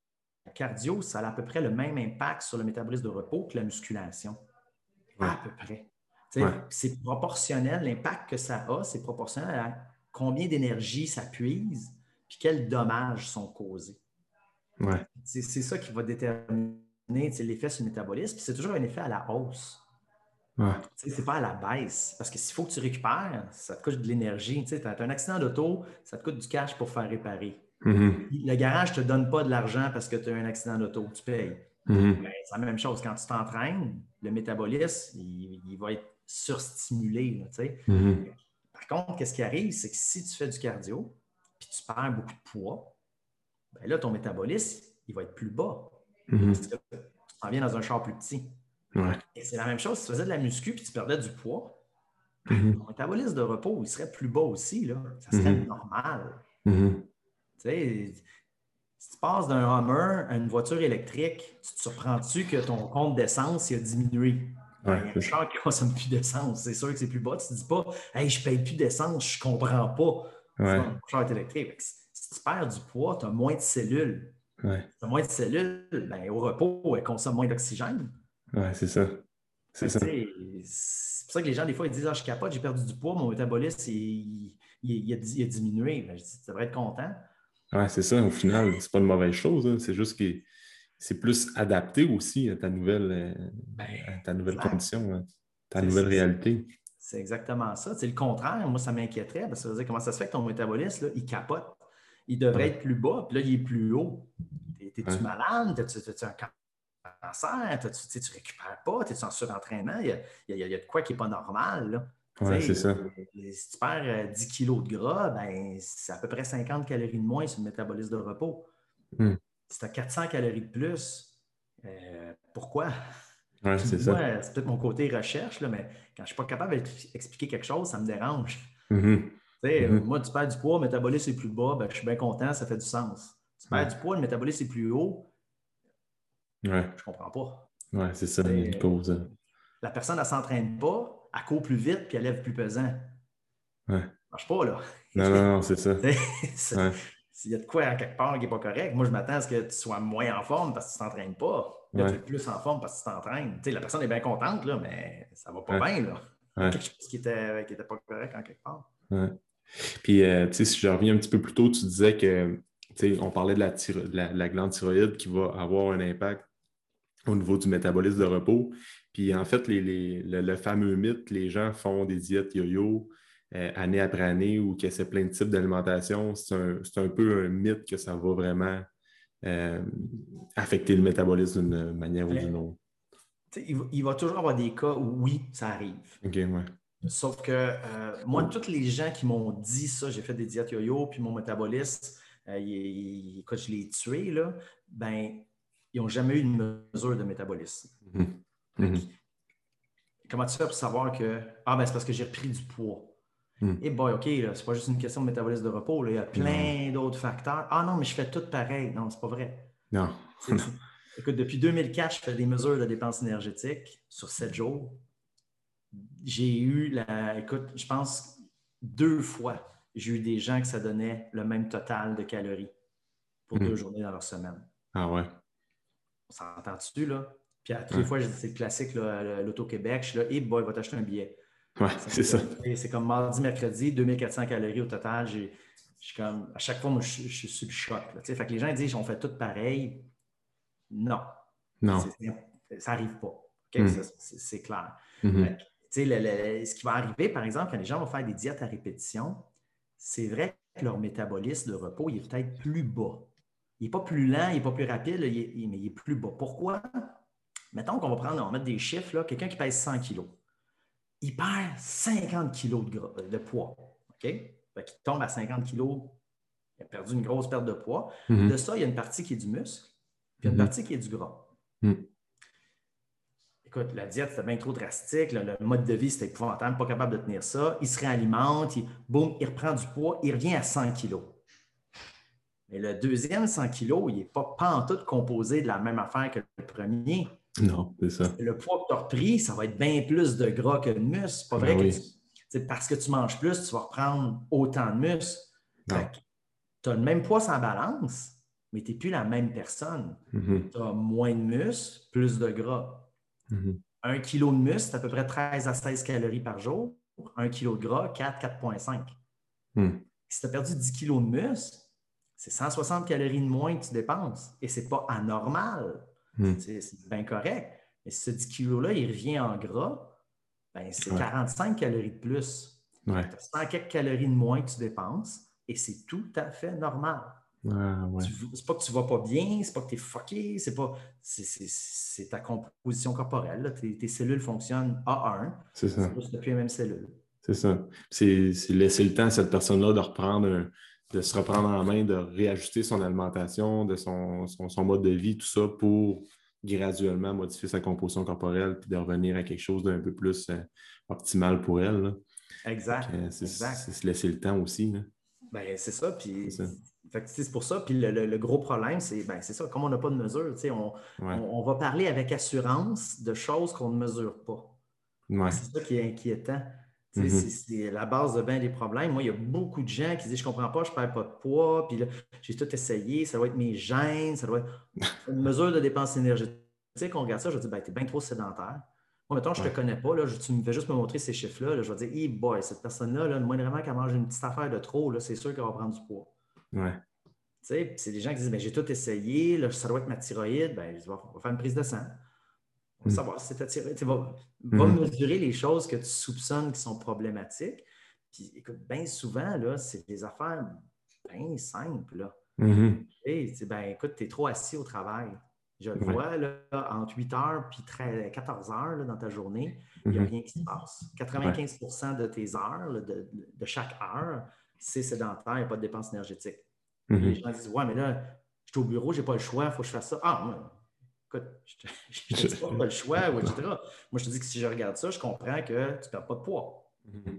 le cardio, ça a à peu près le même impact sur le métabolisme de repos que la musculation. Ouais. À peu près. Ouais. C'est proportionnel, l'impact que ça a, c'est proportionnel à combien d'énergie ça puise puis quels dommages sont causés. Ouais. C'est ça qui va déterminer l'effet sur le métabolisme. C'est toujours un effet à la hausse. Ouais. Ce n'est pas à la baisse. Parce que s'il faut que tu récupères, ça te coûte de l'énergie. Tu as un accident d'auto, ça te coûte du cash pour faire réparer. Mm-hmm. Le garage ne te donne pas de l'argent parce que tu as un accident d'auto. Tu payes. Mm-hmm. Ben, c'est la même chose. Quand tu t'entraînes, le métabolisme, il, il va être surstimulé. Là, mm-hmm. Par contre, qu'est-ce qui arrive, c'est que si tu fais du cardio puis tu perds beaucoup de poids, ben là, ton métabolisme, il va être plus bas. Mm-hmm. Parce que tu t'en viens dans un char plus petit. Ouais. Et c'est la même chose, si tu faisais de la muscu puis tu perdais du poids, ben, mm-hmm. ton métabolisme de repos, il serait plus bas aussi. Là. Ça serait mm-hmm. normal. Mm-hmm. Tu sais, si tu passes d'un Hummer à une voiture électrique, tu te surprends-tu que ton compte d'essence a diminué? Ouais, ben, un char qui ne consomme plus d'essence, c'est sûr que c'est plus bas. Tu ne te dis pas « Hey, je ne paye plus d'essence, je ne comprends pas. » Ouais. Mon char est électrique. Si tu perds du poids, tu as moins de cellules. Ouais. Tu as moins de cellules, ben, au repos, elles consomment moins d'oxygène. Ouais, c'est ça. C'est ça. C'est pour ça que les gens, des fois, ils disent ah, « Je capote, j'ai perdu du poids, mon métabolisme, il, il, il, a, il a diminué. Ben, » Je dis « Tu devrais être content. » Ouais, c'est ça. Au final, c'est pas une mauvaise chose. Hein. C'est juste que c'est plus adapté aussi à ta nouvelle, euh, ben, à ta nouvelle condition, à ta nouvelle réalité. C'est exactement ça. C'est le contraire. Moi, ça m'inquiéterait parce que ça veut dire comment ça se fait que ton métabolisme, là, il capote. Il devrait ouais. être plus bas, puis là, il est plus haut. T'es-tu ouais. malade? T'as-tu un cancer? Tu ne récupères pas? T'es-tu en surentraînement? Il y, a, il, y a, il y a de quoi qui n'est pas normal. Là. Ouais, c'est ça. Si tu perds dix kilos de gras, ben, c'est à peu près cinquante calories de moins sur le métabolisme de repos. Mm. Si tu as quatre cents calories de plus, euh, pourquoi? Ouais, c'est ça. C'est peut-être mon côté recherche, là, mais quand je ne suis pas capable d'expliquer quelque chose, ça me dérange. Mm-hmm. Mm-hmm. Moi, tu perds du poids, le métabolisme est plus bas, ben, je suis bien content, ça fait du sens. Tu perds ouais. du poids, le métabolisme est plus haut, ouais. je ne comprends pas. Oui, c'est ça, il y a une cause. Hein. La personne, elle ne s'entraîne pas, elle court plus vite, puis elle lève plus pesant. Ouais. Ça ne marche pas, là. Non, non, non, c'est ça. ouais. S'il y a de quoi à quelque part qui n'est pas correct, moi, je m'attends à ce que tu sois moins en forme parce que tu ne t'entraînes pas. Là, ouais. tu es plus en forme parce que tu t'entraînes. La personne est bien contente, là, mais ça ne va pas ouais. bien. Là. Il y a quelque chose qui n'était qui était pas correct en quelque part. Ouais. Puis, euh, tu sais, si je reviens un petit peu plus tôt, tu disais que, tu sais, on parlait de la, de, la, de la glande thyroïde qui va avoir un impact au niveau du métabolisme de repos. Puis, en fait, les, les, le, le fameux mythe, les gens font des diètes yo-yo euh, année après année ou qu'ils essaient plein de types d'alimentation. C'est un, c'est un peu un mythe que ça va vraiment euh, affecter le métabolisme d'une manière ouais. ou d'une autre. Il va, il va toujours avoir des cas où, oui, ça arrive. OK, ouais. Sauf que euh, moi, tous les gens qui m'ont dit ça, j'ai fait des diètes yo-yo, puis mon métabolisme, euh, il, il, quand je l'ai tué, là, ben, ils n'ont jamais eu une mesure de métabolisme. Mm-hmm. Mm-hmm. Comment tu fais pour savoir que ah ben c'est parce que j'ai repris du poids? Mm. Et boy, OK, c'est pas juste une question de métabolisme de repos, là, il y a plein mm. d'autres facteurs. Ah non, mais je fais tout pareil. Non, c'est pas vrai. Non. C'est, c'est... Écoute, depuis deux mille quatre, je fais des mesures de dépenses énergétiques sur sept jours. J'ai eu la. Écoute, je pense deux fois j'ai eu des gens que ça donnait le même total de calories pour mmh. deux journées dans leur semaine. Ah ouais. On s'entend-tu, là? Puis à toutes ouais. les fois, c'est le classique, là, l'Auto-Québec, je suis là, hey boy, va t'acheter un billet. Ouais, c'est ça. C'est comme mardi, mercredi, deux mille quatre cents calories au total. J'ai, je suis comme, à chaque fois, moi, je, je suis sur le choc. Là, fait que les gens disent, on fait tout pareil. Non. Non. C'est, c'est, ça n'arrive pas. Okay? Mm. Ça, c'est, c'est clair. Mm-hmm. Fait que, le, le, ce qui va arriver, par exemple, quand les gens vont faire des diètes à répétition, c'est vrai que leur métabolisme de repos, il est peut-être plus bas. Il n'est pas plus lent, il n'est pas plus rapide, il est, mais il est plus bas. Pourquoi? Mettons qu'on va prendre, on va mettre des chiffres, là, quelqu'un qui pèse cent kilos. Il perd cinquante kilos de, gras, de poids. OK? Fait qu'il tombe à cinquante kilos, il a perdu une grosse perte de poids. Mm-hmm. De ça, il y a une partie qui est du muscle, puis il y a une mm-hmm. partie qui est du gras. Mm. Écoute, la diète, c'était bien trop drastique. Là, le mode de vie, c'était épouvantable, pas capable de tenir ça. Il se réalimente, il, boum, il reprend du poids, il revient à cent kilos. Mais le deuxième cent kilos, il n'est pas pantoute composé de la même affaire que le premier. Non, c'est ça. Le poids que tu as repris, ça va être bien plus de gras que de muscle. C'est pas vrai ben que oui. tu, parce que tu manges plus, tu vas reprendre autant de muscle. Tu as le même poids sans balance, mais tu n'es plus la même personne. Mm-hmm. Tu as moins de muscle, plus de gras. Mm-hmm. Un kilo de muscle, c'est à peu près treize à seize calories par jour. Un kilo de gras, quatre, quatre virgule cinq. Mm. Si tu as perdu dix kilos de muscle, c'est cent soixante calories de moins que tu dépenses. Et ce n'est pas anormal. Mm. C'est, c'est bien correct. Mais si ce dix kilos-là, il revient en gras, ben c'est ouais. quarante-cinq calories de plus. Ouais. Tu as cent quelques calories de moins que tu dépenses et c'est tout à fait normal. Ah, ouais. Tu, c'est pas que tu ne vas pas bien, c'est pas que tu es fucké, c'est pas. C'est, c'est, c'est ta composition corporelle. Tes, tes cellules fonctionnent A un. C'est ça. C'est juste depuis les mêmes cellules. C'est ça. C'est, c'est laisser le temps à cette personne-là de reprendre un, de se reprendre en main, de réajuster son alimentation, de son, son, son mode de vie, tout ça pour graduellement modifier sa composition corporelle puis de revenir à quelque chose d'un peu plus euh, optimal pour elle. Là. Exact. Donc, euh, c'est, exact. C'est se laisser le temps aussi. Là. Ben, c'est ça. Puis, c'est ça. Fait que c'est pour ça. Puis le, le, le gros problème, c'est, ben, c'est ça. Comme on n'a pas de mesure, on, ouais. on, on va parler avec assurance de choses qu'on ne mesure pas. Ouais. C'est ça qui est inquiétant. Mm-hmm. C'est, c'est la base de bien des problèmes. Moi, il y a beaucoup de gens qui disent « Je ne comprends pas, je ne perds pas de poids. » Puis là, j'ai tout essayé. Ça doit être mes gènes. Ça doit être une mesure de dépense énergétique. On regarde ça, je dis ben, « Tu es bien trop sédentaire. » Moi, mettons, je ne ouais. te connais pas. Là, je, tu me fais juste me montrer ces chiffres-là. Là, je vais dire hey boy, cette personne-là, là, moindrement qu'elle mange une petite affaire de trop, là, c'est sûr qu'elle va prendre du poids. » Ouais. C'est des gens qui disent ben, « J'ai tout essayé. Là, ça doit être ma thyroïde. » Ben, je vais, on va faire une prise de sang. On va savoir si c'est ta thyroïde. Va, va mm-hmm. mesurer les choses que tu soupçonnes qui sont problématiques. Puis, écoute, bien souvent, là, c'est des affaires bien simples. Là. Mm-hmm. Et, ben, écoute, tu es trop assis au travail. Je le ouais. vois, là, entre huit heures et quatorze heures là, dans ta journée, il n'y a mm-hmm. rien qui se passe. quatre-vingt-quinze pour cent ouais. de tes heures, là, de, de chaque heure, c'est sédentaire, il n'y a pas de dépense énergétique. Mm-hmm. Les gens disent « Ouais, mais là, je suis au bureau, je n'ai pas le choix, il faut que je fasse ça. » Ah, moi, écoute, je ne te dis pas pas le choix, ou et cetera. Moi, je te dis que si je regarde ça, je comprends que tu ne perds pas de poids.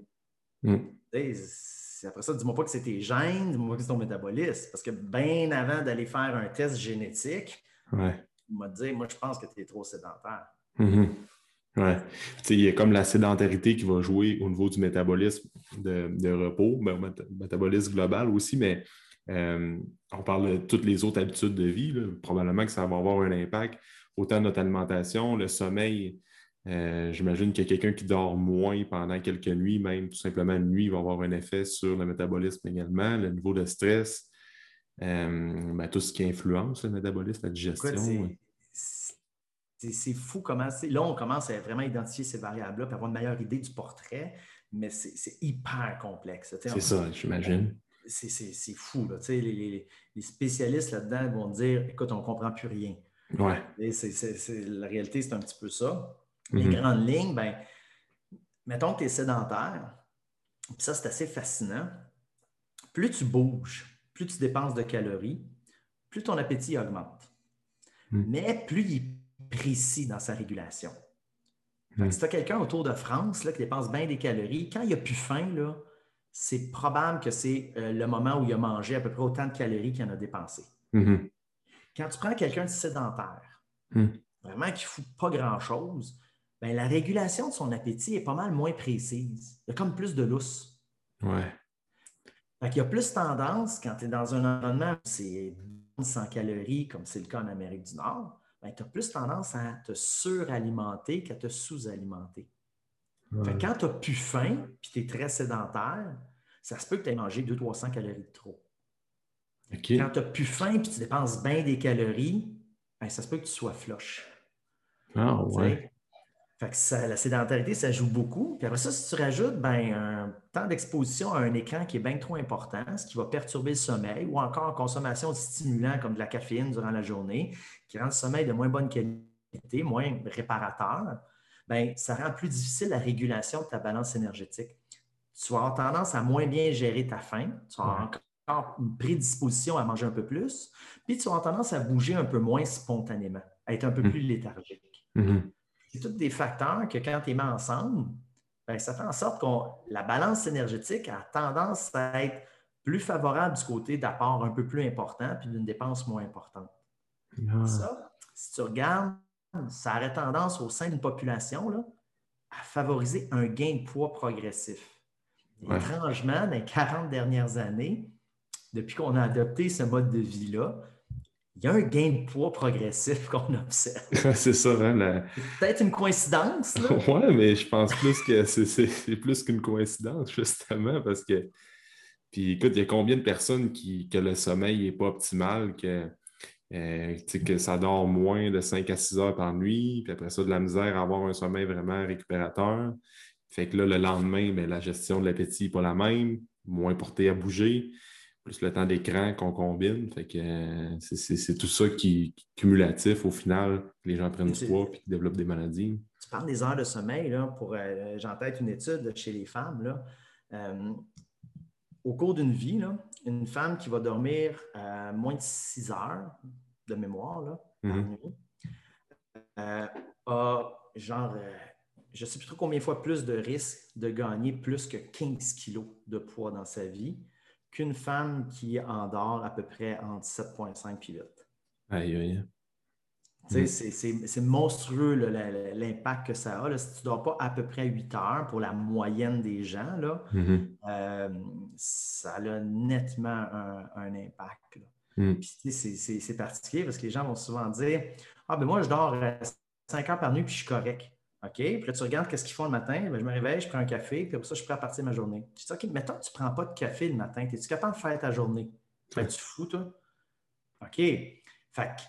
Mm-hmm. C'est, après ça, dis-moi pas que c'est tes gènes, dis-moi pas que c'est ton métabolisme. Parce que bien avant d'aller faire un test génétique, ouais. il m'a dit, moi, je pense que tu es trop sédentaire. Mm-hmm. Ouais. Il y a comme la sédentarité qui va jouer au niveau du métabolisme de, de repos, ben, au métabolisme global aussi, mais euh, on parle de toutes les autres habitudes de vie. Là. Probablement que ça va avoir un impact. Autant notre alimentation, le sommeil. Euh, j'imagine qu'il y a quelqu'un qui dort moins pendant quelques nuits, même tout simplement une nuit, va avoir un effet sur le métabolisme également, le niveau de stress. Euh, ben, tout ce qui influence le métabolisme, la digestion. Écoute, c'est, c'est, c'est fou comment c'est. Là, on commence à vraiment identifier ces variables-là et avoir une meilleure idée du portrait, mais c'est, c'est hyper complexe. C'est on, ça, j'imagine. C'est, c'est, c'est fou. Là. Les, les, les spécialistes là-dedans vont dire écoute, on ne comprend plus rien. Ouais. Et c'est, c'est, c'est, la réalité, c'est un petit peu ça. Les mm-hmm. grandes lignes, ben, mettons que tu es sédentaire, puis ça, c'est assez fascinant. Plus tu bouges, plus tu dépenses de calories, plus ton appétit augmente. Mm. Mais plus il est précis dans sa régulation. Mm. Fait que si tu as quelqu'un autour de France là, qui dépense bien des calories, quand il n'a plus faim, là, c'est probable que c'est euh, le moment où il a mangé à peu près autant de calories qu'il en a dépensé. Mm-hmm. Quand tu prends quelqu'un de sédentaire, mm. vraiment qui ne fout pas grand-chose, ben, la régulation de son appétit est pas mal moins précise. Il y a comme plus de lousse. Ouais. Fait qu'il y a plus tendance, quand tu es dans un environnement où c'est sans calories, comme c'est le cas en Amérique du Nord, ben, tu as plus tendance à te suralimenter qu'à te sous-alimenter. Ouais. Fait que quand tu n'as plus faim et tu es très sédentaire, ça se peut que tu aies mangé deux cents à trois cents calories de trop. OK. Quand tu n'as plus faim et tu dépenses bien des calories, ben, ça se peut que tu sois flush. Ah, ouais. T'sais? Fait que ça, la sédentarité, ça joue beaucoup. Puis après ça, si tu rajoutes ben, un temps d'exposition à un écran qui est bien trop important, ce qui va perturber le sommeil, ou encore consommation de stimulants comme de la caféine durant la journée, qui rend le sommeil de moins bonne qualité, moins réparateur, ben, ça rend plus difficile la régulation de ta balance énergétique. Tu vas avoir tendance à moins bien gérer ta faim, tu vas avoir encore une prédisposition à manger un peu plus, puis tu vas avoir tendance à bouger un peu moins spontanément, à être un peu plus léthargique. Mm-hmm. C'est tous des facteurs que quand tu les mets ensemble, bien, ça fait en sorte que la balance énergétique a tendance à être plus favorable du côté d'apport un peu plus important puis d'une dépense moins importante. Ah. Ça, si tu regardes, ça aurait tendance au sein d'une population là, à favoriser un gain de poids progressif. Ouais. Étrangement, dans les quarante dernières années, depuis qu'on a adopté ce mode de vie-là, il y a un gain de poids progressif qu'on observe. C'est ça, hein? La... C'est peut-être une coïncidence, là. Ouais, mais je pense plus que c'est, c'est, c'est plus qu'une coïncidence, justement, parce que. Puis écoute, il y a combien de personnes qui, que le sommeil n'est pas optimal, que, euh, que ça dort moins de cinq à six heures par nuit, puis après ça, de la misère à avoir un sommeil vraiment récupérateur. Fait que là, le lendemain, bien, la gestion de l'appétit n'est pas la même, moins porté à bouger, plus le temps d'écran qu'on combine. Fait que euh, c'est, c'est, c'est tout ça qui est cumulatif au final, que les gens prennent du poids et qu'ils développent des maladies. Tu parles des heures de sommeil, là, pour, euh, j'en tête une étude là, chez les femmes. Là, euh, au cours d'une vie, là, une femme qui va dormir euh, moins de six heures de mémoire là, par Mm-hmm. nuit euh, a genre, euh, je ne sais plus trop combien de fois plus de risque de gagner plus que quinze kilos de poids dans sa vie qu'une femme qui endort à peu près entre sept virgule cinq pilotes. Aïe, aïe. Mm. C'est, c'est, c'est monstrueux là, l'impact que ça a. Là. Si tu ne dors pas à peu près huit heures pour la moyenne des gens, là, Mm-hmm. euh, ça a nettement un, un impact. Là. Mm. Puis, c'est, c'est, c'est particulier parce que les gens vont souvent dire « Ah, ben moi, je dors cinq heures par nuit puis je suis correct. » OK? Puis là, tu regardes qu'est-ce qu'ils font le matin. Ben, je me réveille, je prends un café, puis après ça, je prends à partir de ma journée. Je dis « OK, mettons que tu ne prends pas de café le matin. Es-tu capable de faire ta journée? Ouais. Tu fous, toi? OK. Fait que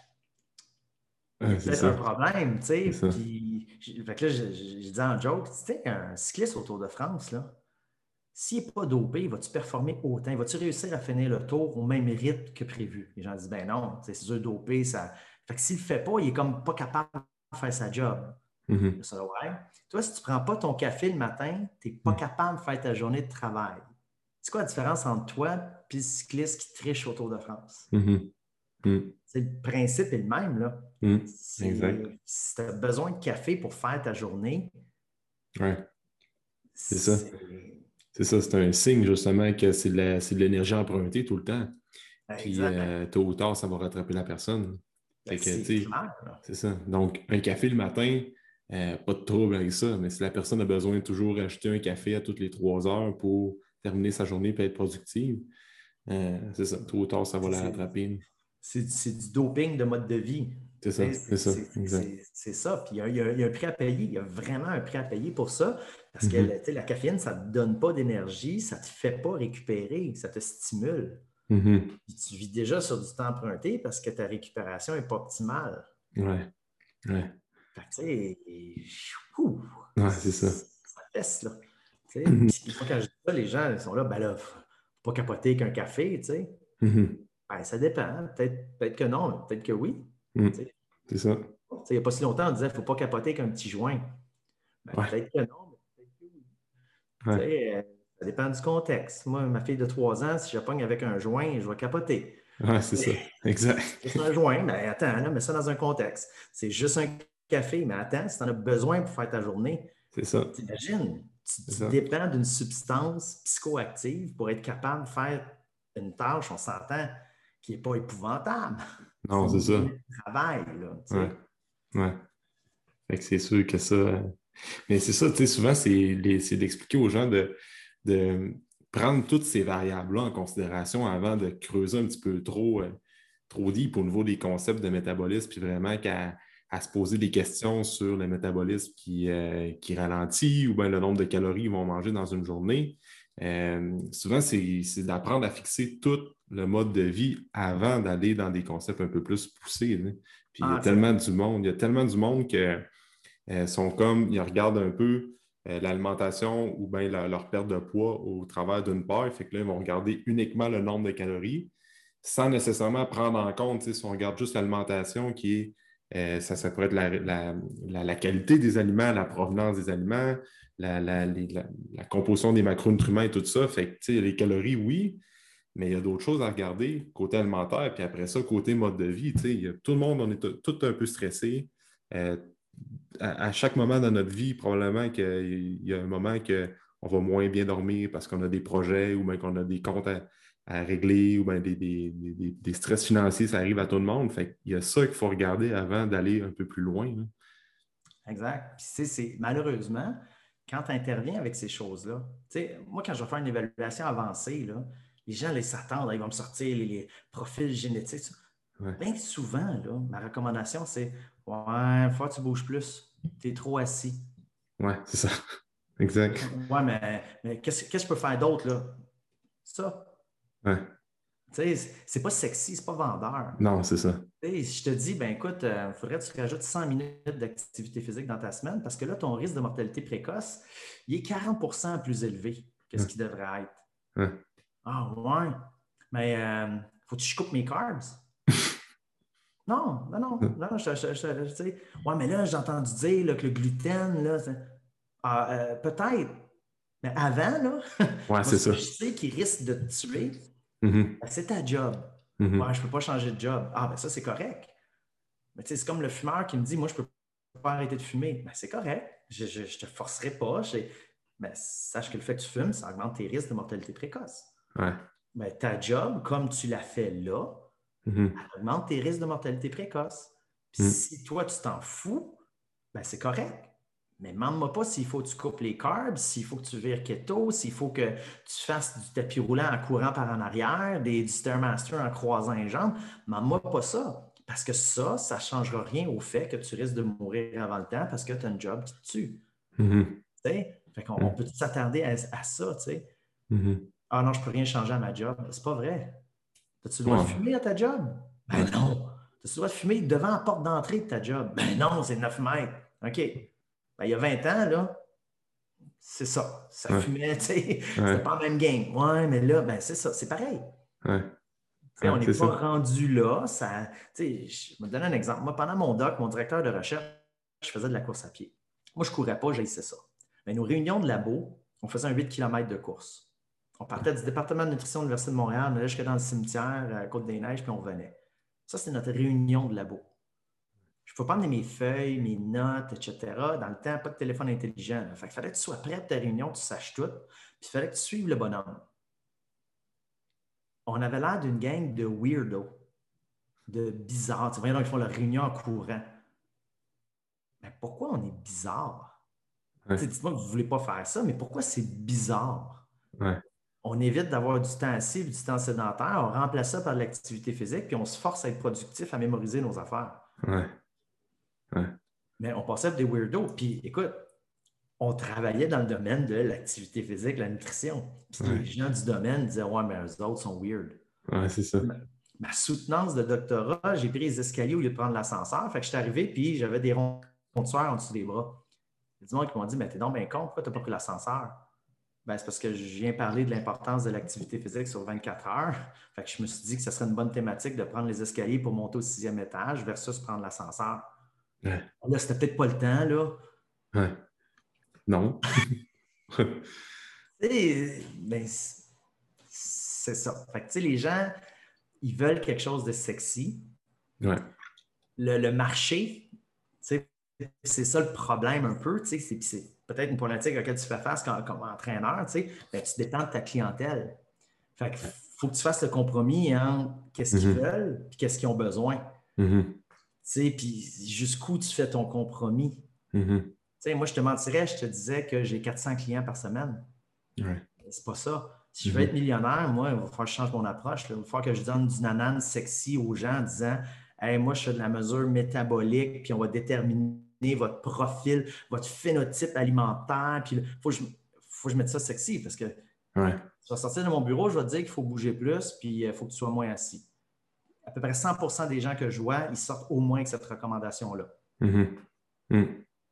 il y a peut-être un problème, tu sais. Puis, fait que là, je dis en joke, tu sais, un cycliste au Tour de France, là, s'il n'est pas dopé, vas-tu performer autant? Vas-tu réussir à finir le tour au même rythme que prévu? Les gens disent, ben non, c'est sûr, dopé, ça. Fait que s'il ne le fait pas, il est comme pas capable de faire sa job. Mm-hmm. Ça, ouais. Toi, si tu ne prends pas ton café le matin, tu n'es pas mm. capable de faire ta journée de travail. C'est quoi la différence entre toi et le cycliste qui triche au Tour de France? Mm-hmm. Mm. C'est le principe est le même. Là. Mm. Exact. Si tu as besoin de café pour faire ta journée, ouais. C'est, c'est ça. C'est ça, c'est un signe justement que c'est de, la, c'est de l'énergie empruntée tout le temps. Puis euh, tôt ou tard, ça va rattraper la personne. Ben, que, c'est clair. C'est ça. Donc, un café le matin, euh, pas de trouble avec ça, mais si la personne a besoin de toujours acheter un café à toutes les trois heures pour terminer sa journée et être productive, euh, c'est ça. Tôt ou tard, ça va c'est, la rattraper. C'est, c'est du doping de mode de vie. C'est ça, c'est, c'est ça. C'est, c'est, c'est ça. Puis il y, a, il, y a, il y a un prix à payer. Il y a vraiment un prix à payer pour ça. Parce que mm-hmm. la caféine, ça ne te donne pas d'énergie, ça ne te fait pas récupérer, ça te stimule. Mm-hmm. Puis tu vis déjà sur du temps emprunté parce que ta récupération n'est pas optimale. Ouais. Ouais. Fait que tu sais, ouais, c'est ça. Ça fesse, là. Mm-hmm. Puis quand je dis ça, les gens ils sont là, ben là, faut pas capoter qu'un café, tu sais. Mm-hmm. Ben, ça dépend. Peut-être, peut-être que non, mais peut-être que oui. Mm. C'est ça. Il n'y a pas si longtemps, on disait qu'il ne faut pas capoter qu'un petit joint. Ben, ouais. Peut-être que non, mais peut-être que oui. Ouais. Euh, ça dépend du contexte. Moi, ma fille de trois ans, si je pogne avec un joint, je vais capoter. Oui, c'est ça. Exact. C'est un joint, mais ben, attends, là, mets ça dans un contexte. C'est juste un café, mais attends, si tu en as besoin pour faire ta journée, c'est ça. T'imagines, tu, tu dépends d'une substance psychoactive pour être capable de faire une tâche, on s'entend, qui n'est pas épouvantable. Non, c'est, c'est ça. Travail, là, tu sais. Ouais. Ouais. Fait que c'est sûr que ça. Mais c'est ça, tu sais, souvent, c'est, les, c'est d'expliquer aux gens de, de prendre toutes ces variables-là en considération avant de creuser un petit peu trop, euh, trop deep au niveau des concepts de métabolisme, puis vraiment qu'à à se poser des questions sur le métabolisme qui, euh, qui ralentit ou bien le nombre de calories qu'ils vont manger dans une journée. Euh, souvent, c'est, c'est d'apprendre à fixer tout le mode de vie avant d'aller dans des concepts un peu plus poussés. Là. Puis il y a Ah, tellement du monde, il y a tellement du monde que euh, sont comme, ils regardent un peu euh, l'alimentation ou bien la- leur perte de poids au travers d'une paille. Fait que là, ils vont regarder uniquement le nombre de calories sans nécessairement prendre en compte, si on regarde juste l'alimentation qui est, euh, ça, ça pourrait être la, la, la, la qualité des aliments, la provenance des aliments, la, la, les, la, la composition des macronutriments et tout ça. Fait que, les calories, oui, mais il y a d'autres choses à regarder côté alimentaire. Puis après ça, côté mode de vie, il y a, tout le monde, on est tout, tout un peu stressé. Euh, à, à, chaque moment dans notre vie, probablement qu'il y a un moment qu'on va moins bien dormir parce qu'on a des projets ou bien qu'on a des comptes à, à régler ou bien des, des, des, des, stress financiers, ça arrive à tout le monde. Fait qu'il y a ça qu'il faut regarder avant d'aller un peu plus loin. Là. Exact. Puis, c'est, c'est, malheureusement, quand tu interviens avec ces choses-là, moi, quand je vais faire une évaluation avancée, là, les gens les s'attendent, ils vont me sortir les, les profils génétiques. Ouais. Bien souvent, là, ma recommandation, c'est ouais, il faut que tu bouges plus. Tu es trop assis. Ouais, c'est ça. Exact. Ouais, mais, mais qu'est-ce, qu'est-ce que je peux faire d'autre, là? Ça. Ouais. Tu sais, c'est pas sexy, c'est pas vendeur. Non, c'est ça. Tu sais, je te dis, ben écoute, il euh, faudrait que tu rajoutes cent minutes d'activité physique dans ta semaine parce que là, ton risque de mortalité précoce, il est quarante pour cent plus élevé que ce ouais. qu'il devrait être. Ouais. Ah ouais, mais euh, faut que je coupe mes carbs? Non, non, non, non, je, je, je, je sais. Ouais, mais là, j'ai entendu dire là, que le gluten, là, ah, euh, peut-être. Mais avant, là, ouais, c'est ça. je sais qu'il risque de te tuer. Mm-hmm. Ben, c'est ta job. Mm-hmm. Ouais, je ne peux pas changer de job. Ah, ben ça, c'est correct. Mais tu sais, c'est comme le fumeur qui me dit, moi, je ne peux pas arrêter de fumer. Ben, c'est correct. Je ne te forcerai pas. Mais sache que le fait que tu fumes, ça augmente tes risques de mortalité précoce. Ouais. Ben, ta job, comme tu l'as fait là, mm-hmm. elle augmente tes risques de mortalité précoce. Puis mm-hmm. si toi, tu t'en fous, ben, c'est correct. Mais demande-moi pas s'il faut que tu coupes les carbs, s'il faut que tu vires keto, s'il faut que tu fasses du tapis roulant en courant par en arrière, des, du Stairmaster en croisant les jambes. Demande-moi pas ça. Parce que ça, ça ne changera rien au fait que tu risques de mourir avant le temps parce que tu as un job qui te tue. Mm-hmm. Fait qu'on, mm-hmm. on peut s'attarder à, à ça, tu sais. Mm-hmm. Ah non, je ne peux rien changer à ma job. C'est pas vrai. As-tu le droit ouais. de fumer à ta job? Ben ouais. non. As-tu le droit de fumer devant la porte d'entrée de ta job? Ben non, c'est neuf mètres. OK. Ben, il y a vingt ans, là, c'est ça. Ça ouais. fumait, tu sais. Ouais. C'était pas le même game. Ouais, mais là, ben c'est ça. C'est pareil. Ouais. Ouais, on n'est pas ça. rendu là. Ça, je vais te donner un exemple. Moi, pendant mon doc, mon directeur de recherche, je faisais de la course à pied. Moi, je ne courais pas, j'haïssais ça. Mais nos réunions de labo, on faisait un huit kilomètres de course. On partait du département de nutrition de l'Université de Montréal, on allait jusqu'à dans le cimetière à Côte-des-Neiges, puis on revenait. Ça, c'était notre réunion de labo. Je ne peux pas emmener mes feuilles, mes notes, et cetera. Dans le temps, pas de téléphone intelligent. Fait il fallait que tu sois prêt à ta réunion, que tu saches tout, puis il fallait que tu suives le bonhomme. On avait l'air d'une gang de weirdos, de bizarres. Tu vois, donc ils font leur réunion en courant. Mais pourquoi on est bizarre? Ouais. Dites-moi que vous ne voulez pas faire ça, mais pourquoi c'est bizarre? Ouais. On évite d'avoir du temps assis et du temps sédentaire, on remplace ça par de l'activité physique, puis on se force à être productif, à mémoriser nos affaires. Ouais. Ouais. Mais on passait pour des weirdos. Puis écoute, on travaillait dans le domaine de l'activité physique, la nutrition. Puis ouais. les gens du domaine disaient « Ouais, mais eux autres sont weird. » Ouais, c'est ça. Ma, ma soutenance de doctorat, j'ai pris les escaliers au lieu de prendre l'ascenseur. Fait que je suis arrivé, puis j'avais des ronds de sueur en dessous des bras. Il y a des gens qui m'ont dit « Mais t'es donc bien con, pourquoi t'as pas pris l'ascenseur? » Ben, c'est parce que je viens parler de l'importance de l'activité physique sur vingt-quatre heures. Fait que je me suis dit que ce serait une bonne thématique de prendre les escaliers pour monter au sixième étage versus prendre l'ascenseur. Ouais. Là, c'était peut-être pas le temps, là. Ouais. Non. ben, c'est ça. Fait que, tu sais, les gens, ils veulent quelque chose de sexy. Ouais. Le, le marché, tu sais, c'est ça le problème un peu, tu sais, c'est, c'est peut-être une problématique à laquelle tu fais face comme, comme entraîneur, tu sais, ben, tu dépends de ta clientèle. Fait qu'il faut que tu fasses le compromis entre qu'est-ce qu'ils mm-hmm. veulent et qu'est-ce qu'ils ont besoin. Mm-hmm. Tu sais, puis jusqu'où tu fais ton compromis. Mm-hmm. Tu sais, moi, je te mentirais, je te disais que j'ai quatre cents clients par semaine. Ouais. C'est pas ça. Si je veux être millionnaire, moi, il va falloir que je change mon approche. Là. Il va falloir que je donne du nanan sexy aux gens en disant hey, moi, je fais de la mesure métabolique, puis on va déterminer votre profil, votre phénotype alimentaire. Puis il faut, faut que je mette ça sexy parce que ouais. tu vas sortir de mon bureau, je vais te dire qu'il faut bouger plus, puis il faut que tu sois moins assis. À peu près cent pour cent des gens que je vois, ils sortent au moins avec cette recommandation-là. Mm-hmm. Mm.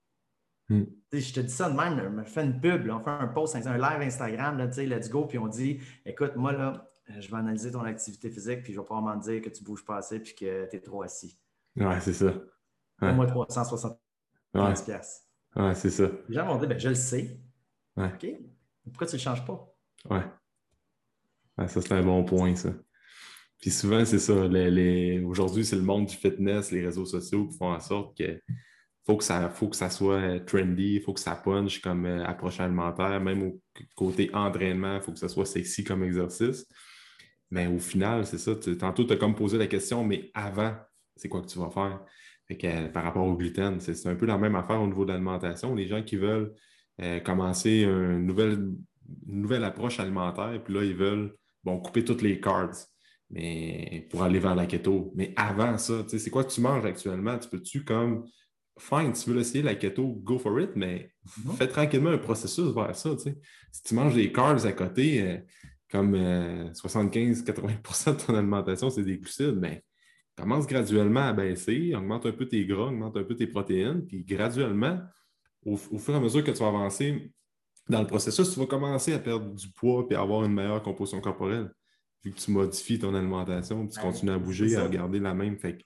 Mm. Je te dis ça de même, je fais une pub, là, on fait un post, un live Instagram, là, let's go, puis on dit écoute, moi, là, je vais analyser ton activité physique, puis je vais probablement te dire que tu ne bouges pas assez puis que tu es trop assis. Ouais, c'est ça. Ouais. Donne-moi trois cent soixante-quinze piastres. Ouais. Ouais, c'est ça. Les gens vont dire ben, je le sais. Ouais. OK. Pourquoi tu ne le changes pas? Ouais. Ouais. Ça, c'est un bon point, ça. Puis souvent, c'est ça. Les, les... Aujourd'hui, c'est le monde du fitness, les réseaux sociaux qui font en sorte que faut que ça, faut que ça soit trendy, il faut que ça punch comme euh, approche alimentaire, même au côté entraînement, il faut que ça soit sexy comme exercice. Mais au final, c'est ça. Tu, tantôt, tu as comme posé la question, mais avant, c'est quoi que tu vas faire? Fait que, euh, par rapport au gluten, c'est, c'est un peu la même affaire au niveau de l'alimentation. Les gens qui veulent euh, commencer une nouvelle, une nouvelle approche alimentaire, puis là, ils veulent bon, couper toutes les carbs mais pour aller vers la keto. Mais avant ça, c'est quoi que tu manges actuellement? Tu peux-tu comme fine, tu veux essayer la keto, go for it, mais mm-hmm. fais tranquillement un processus vers ça. T'sais. Si tu manges des carbs à côté, euh, comme euh, soixante-quinze à quatre-vingts pour cent de ton alimentation, c'est des glucides, mais commence graduellement à baisser, augmente un peu tes gras, augmente un peu tes protéines, puis graduellement, au, au fur et à mesure que tu vas avancer dans le processus, tu vas commencer à perdre du poids et à avoir une meilleure composition corporelle, vu que tu modifies ton alimentation, puis tu continues à bouger, à garder la même. Fait que,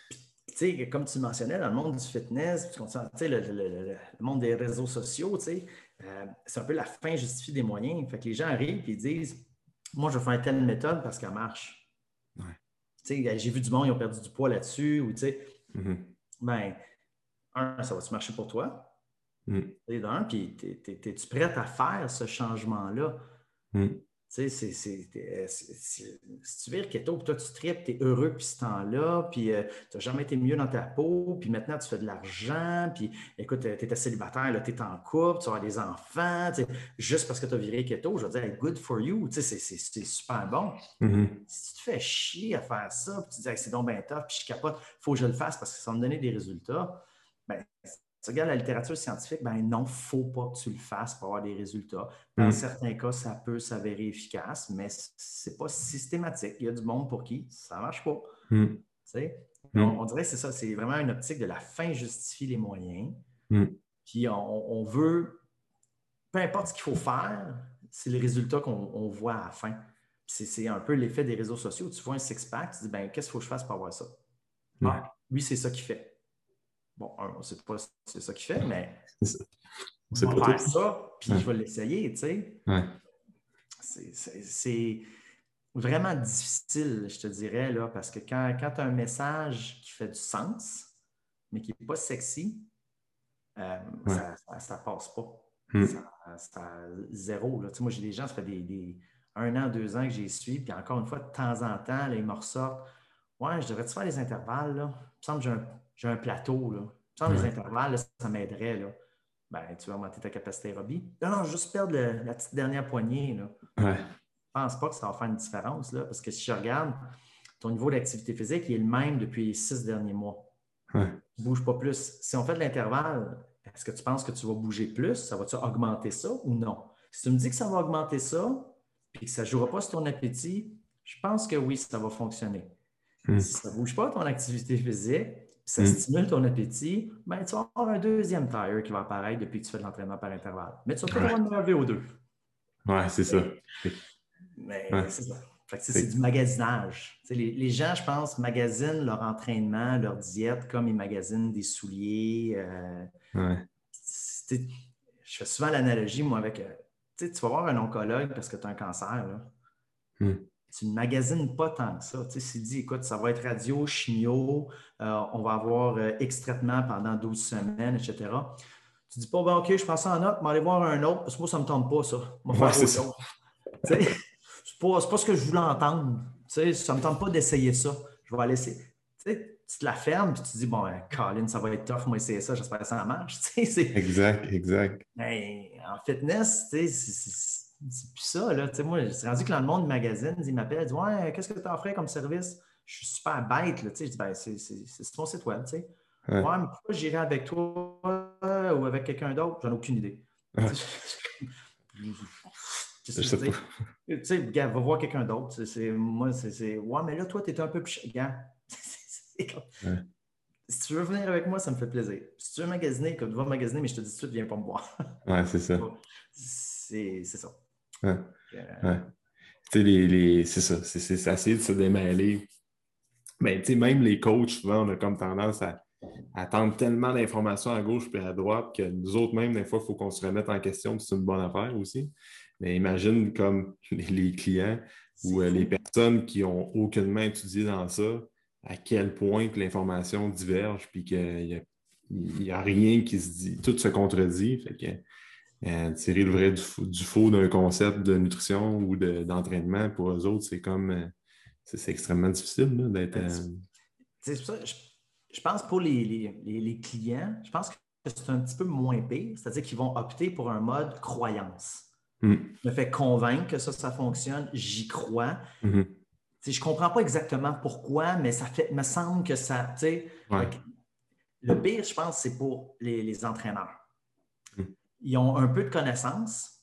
tu sais, comme tu mentionnais, dans le monde du fitness, tu sais, le, le, le, le monde des réseaux sociaux, tu sais, euh, c'est un peu la fin justifie des moyens. Fait que les gens arrivent et disent moi, je vais faire telle méthode parce qu'elle marche. Ouais. Tu sais, j'ai vu du monde, ils ont perdu du poids là-dessus, ou tu sais, mm-hmm. ben, un, ça va-tu marcher pour toi? Mm. D'un, puis es-tu prête à faire ce changement-là? Mm. Tu sais, c'est, c'est, c'est, c'est, si tu vires keto, puis toi, tu tripes, tu es heureux depuis ce temps-là, puis euh, tu n'as jamais été mieux dans ta peau, puis maintenant, tu fais de l'argent, puis écoute, tu étais célibataire, tu es en couple, tu as des enfants, juste parce que tu as viré keto, je veux dire, good for you, c'est, c'est, c'est super bon. Mm-hmm. Si tu te fais chier à faire ça, puis tu dis, hey, c'est donc bien tough, puis je capote, il faut que je le fasse parce que ça va me donner des résultats, bien, tu regardes la littérature scientifique, ben non, il ne faut pas que tu le fasses pour avoir des résultats. Dans mm. certains cas, ça peut s'avérer efficace, mais ce n'est pas systématique. Il y a du monde pour qui ça ne marche pas. Mm. Tu sais? Mm. On, on dirait que c'est ça, c'est vraiment une optique de la fin justifie les moyens. Mm. Puis on, on veut, peu importe ce qu'il faut faire, c'est le résultat qu'on on voit à la fin. C'est, c'est un peu l'effet des réseaux sociaux. Tu vois un six-pack, tu dis, ben qu'est-ce qu'il faut que je fasse pour avoir ça? Mm. Ah, lui, c'est ça qu'il fait. Bon, on ne sait pas si c'est ça qu'il fait, mais on sait va pas faire tout. ça, puis ouais. je vais l'essayer, tu sais. Ouais. C'est, c'est, c'est vraiment difficile, je te dirais, là, parce que quand, quand tu as un message qui fait du sens, mais qui n'est pas sexy, euh, ouais. ça ne passe pas. Mm. Ça, ça, zéro. Là. Tu sais, moi, j'ai des gens, ça fait des, des un an, deux ans que j'y suis, puis encore une fois, de temps en temps, là, ils me ressortent. Ouais, je devrais-tu faire les intervalles, là? Il me semble que j'ai un, j'ai un plateau, là. Il me semble que ouais. les intervalles, là, ça m'aiderait, là. Ben, tu vas augmenter ta capacité aérobie. Non, non, juste perdre le, la petite dernière poignée, là. Ouais. Je ne pense pas que ça va faire une différence, là, parce que si je regarde, ton niveau d'activité physique, il est le même depuis les six derniers mois. Ouais. Tu ne bouges pas plus. Si on fait de l'intervalle, est-ce que tu penses que tu vas bouger plus? Ça va-tu augmenter ça ou non? Si tu me dis que ça va augmenter ça, puis que ça ne jouera pas sur ton appétit, je pense que oui, ça va fonctionner. Mm. Si ça ne bouge pas ton activité physique, ça mm. stimule ton appétit, ben, tu vas avoir un deuxième tire qui va apparaître depuis que tu fais de l'entraînement par intervalle. Mais tu vas peut-être avoir une meilleure V O deux. Oui, c'est ça. Mais ouais. c'est ça. Fait que, c'est du magasinage. Les, les gens, je pense, magasinent leur entraînement, leur diète comme ils magasinent des souliers. Euh, ouais. Je fais souvent l'analogie, moi, avec... Euh, tu vas voir un oncologue parce que tu as un cancer, là. Mm. Tu ne magasines pas tant que ça. Tu sais, s'il dit, écoute, ça va être radio, chimio, euh, on va avoir euh, X traitement pendant douze semaines, et cetera. Tu ne dis pas, ben, OK, je prends ça en note, mais aller voir un autre, parce que moi, ça ne me tente pas, ça. Moi, ouais, c'est ça. Ce n'est pas, pas ce que je voulais entendre. Tu sais, ça ne me tente pas d'essayer ça. Je vais aller essayer. Tu sais, tu te la fermes, puis tu te dis, bon, ben, Colin, ça va être tough, moi, essayer ça, j'espère que ça marche. Tu sais, c'est... Exact, exact. Mais en fitness, tu sais, c'est... c'est plus ça, là. Tu sais, moi, c'est rendu que dans le monde magazine, il m'appelle, il dit ouais, qu'est-ce que tu offrais comme service? Je suis super bête, là. Tu sais, je dis ben, c'est, c'est, c'est ton site web, tu sais. Ouais. Ouais, mais pourquoi j'irais avec toi euh, ou avec quelqu'un d'autre? J'en ai aucune idée. Ouais. Tu sais, Je je sais veux pas. dire, tu sais, gars, va voir quelqu'un d'autre. C'est, c'est- moi, c'est, c'est, ouais, mais là, toi, tu es un peu plus. Gars, c'est comme- Ouais, si tu veux venir avec moi, ça me fait plaisir. Si tu veux magasiner, comme tu vas magasiner, mais je te dis tout de suite, viens pas me voir. ouais, c'est ça. C'est, c'est ça. Ouais. Euh, Ouais. Tu sais, les, les... c'est ça. C'est, c'est, c'est assez de se démêler. Mais tu sais, même les coachs, souvent, on a comme tendance à attendre tellement d'informations à gauche puis à droite que nous autres, même, des fois, il faut qu'on se remette en question, puis c'est une bonne affaire aussi. Mais imagine comme les, les clients c'est ou euh, les fou. personnes qui n'ont aucunement étudié dans ça, à quel point que l'information diverge, puis qu'il n'y a, il y a rien qui se dit, tout se contredit. Fait que euh, tirer le vrai du faux, du faux d'un concept de nutrition ou de- d'entraînement, pour eux autres, c'est comme euh, c'est c'est extrêmement difficile là, d'être. Ben, euh, c'est pour ça, je, je pense pour les, les, les, les clients, je pense que c'est un petit peu moins pire, c'est-à-dire qu'ils vont opter pour un mode croyance. hum, Je me fais convaincre que ça, ça fonctionne, j'y crois. hum, Tu sais, je ne comprends pas exactement pourquoi, mais ça fait, me semble que ça. Tu sais, ouais. fait que le pire, je pense, c'est pour les, les entraîneurs. Hum, Ils ont un peu de connaissances,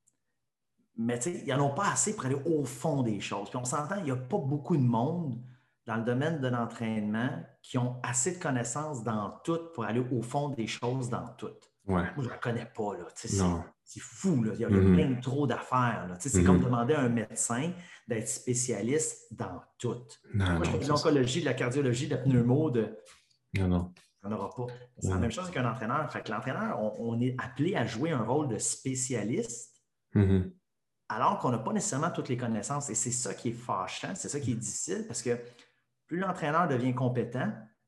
mais tu sais, ils n'en ont pas assez pour aller au fond des choses. Puis on s'entend, il n'y a pas beaucoup de monde dans le domaine de l'entraînement qui ont assez de connaissances dans tout pour aller au fond des choses dans tout. ouais. Moi, je ne la connais pas, là. Tu sais, c'est, Non. c'est fou, là. Il y a, il y a Mhm, bien trop d'affaires, là. Tu sais, c'est comme mhm. demander à un médecin d'être spécialiste dans tout. Non, Moi, je fais non, de c'est ça. l'oncologie, de la cardiologie, de la pneumo, de... Non, non. Il n'y en aura pas. C'est la Non. même chose qu'un entraîneur. Fait que l'entraîneur, on, on est appelé à jouer un rôle de spécialiste Mhm, alors qu'on n'a pas nécessairement toutes les connaissances. Et c'est ça qui est fâchant, c'est ça qui est difficile parce que plus l'entraîneur devient compétent,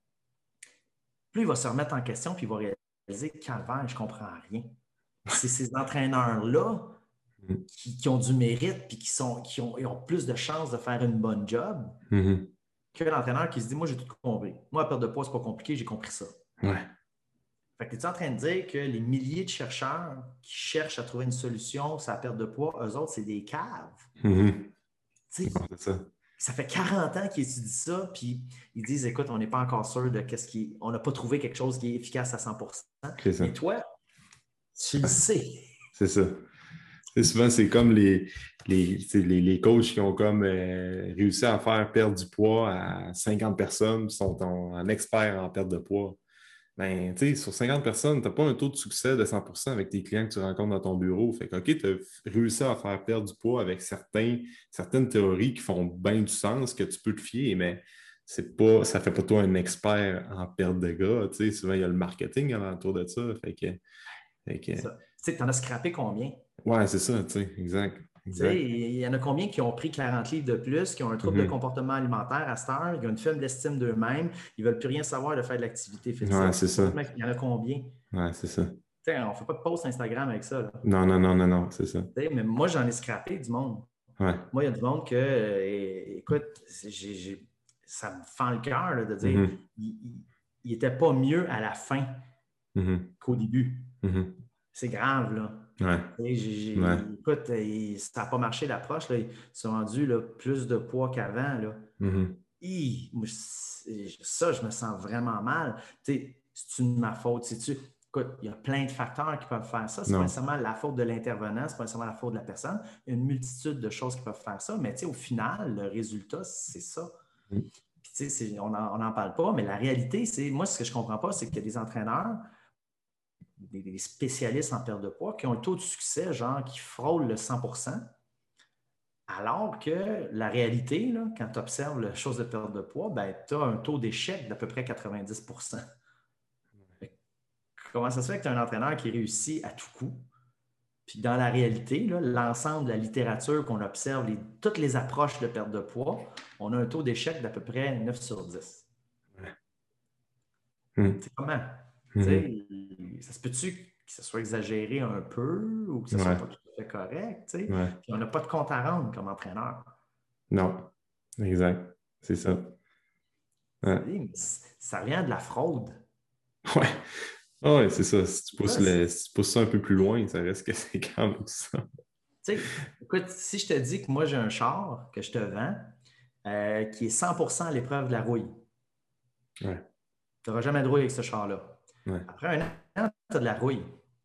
plus il va se remettre en question puis il va réaliser que calvaire, je ne comprends rien. C'est ces entraîneurs-là mhm, qui, qui ont du mérite puis qui, sont, qui ont, ils ont plus de chances de faire une bonne job mhm. que l'entraîneur qui se dit moi, j'ai tout compris. Moi, la perte de poids, c'est pas compliqué, j'ai compris ça. Ouais. Fait que tu es en train de dire que les milliers de chercheurs qui cherchent à trouver une solution sur la perte de poids, eux autres, c'est des caves. Mhm. Tu sais, Non, c'est ça. ça fait quarante ans qu'ils étudient ça, puis ils disent écoute, on n'est pas encore sûr de qu'est-ce qui. On n'a pas trouvé quelque chose qui est efficace à cent pour cent. C'est ça. Mais toi, tu le Ouais. sais. C'est ça. C'est souvent, c'est comme les, les, tu sais, les, les coachs qui ont comme euh, réussi à faire perdre du poids à cinquante personnes, sont en, en experts en perte de poids. Ben, tu sais, sur cinquante personnes, tu n'as pas un taux de succès de cent pour cent avec tes clients que tu rencontres dans ton bureau. Fait que, OK, tu as réussi à faire perdre du poids avec certains, certaines théories qui font bien du sens, que tu peux te fier, mais c'est pas, ça ne fait pas toi un expert en perte de gras. Tu sais, souvent, il y a le marketing alentour de ça. Fait que, fait que, C'est ça. Tu sais, tu en as scrappé combien? ouais, c'est ça, tu sais, exact, Tu sais, exact. il y en a combien qui ont pris quarante livres de plus, qui ont un trouble de Mhm. comportement alimentaire à cette heure, ils ont une faible estime d'eux-mêmes, ils ne veulent plus rien savoir de faire de l'activité Ouais, physique. c'est ça. Il y en a combien? Ouais, c'est ça. Tu sais, on ne fait pas de post Instagram avec ça. Là. Non, non, non, non, non, c'est ça. Tu sais, mais moi, j'en ai scrappé du monde. Ouais. Moi, il y a du monde que, euh, écoute, j'ai, j'ai, ça me fend le cœur là, de dire Mhm. il n'était pas mieux à la fin Mhm. qu'au début. Mhm. C'est grave, là. Ouais. Et j'ai, j'ai- Ouais. écoute, euh, ça n'a pas marché l'approche. Là. Ils sont rendus là, plus de poids qu'avant. Là. Mhm. Hi, moi, c'est- ça, je me sens vraiment mal. Tu sais, c'est une ma faute. C'est-tu? Écoute, il y a plein de facteurs qui peuvent faire ça. Ce n'est pas Non. nécessairement la faute de l'intervenant, ce n'est pas nécessairement la faute de la personne. Il y a une multitude de choses qui peuvent faire ça, mais tu sais, au final, le résultat, c'est ça. Mhm. Puis, tu sais, on n'en parle pas, mais la réalité, c'est, moi, ce que je ne comprends pas, c'est qu'il y a des entraîneurs, des, des spécialistes en perte de poids, qui ont un taux de succès, genre, qui frôle le cent pour cent. Alors que la réalité, là, quand tu observes la chose de perte de poids, ben, tu as un taux d'échec d'à peu près quatre-vingt-dix pour cent. Comment ça se fait que tu as un entraîneur qui réussit à tout coup? Puis dans la réalité, là, l'ensemble de la littérature qu'on observe, les, toutes les approches de perte de poids, on a un taux d'échec d'à peu près neuf sur dix. Mhm. C'est comment? Mhm. Ça se peut-tu que ce soit exagéré un peu ou que ce ne soit Ouais. pas tout à fait correct? T'sais? Ouais. Puis on n'a pas de compte à rendre comme entraîneur. Non. Exact. C'est ça. Ouais. Ça vient de la fraude. Ouais. Ah ouais, c'est ça. Si tu pousses Ça, le, si tu pousses ça un peu plus loin, ça reste que c'est quand même ça. sais, écoute, si je te dis que moi, j'ai un char que je te vends euh, qui est cent pour cent à l'épreuve de la rouille, Ouais. tu n'auras jamais de rouille avec ce char-là. Ouais. Après un an, tu as de la rouille.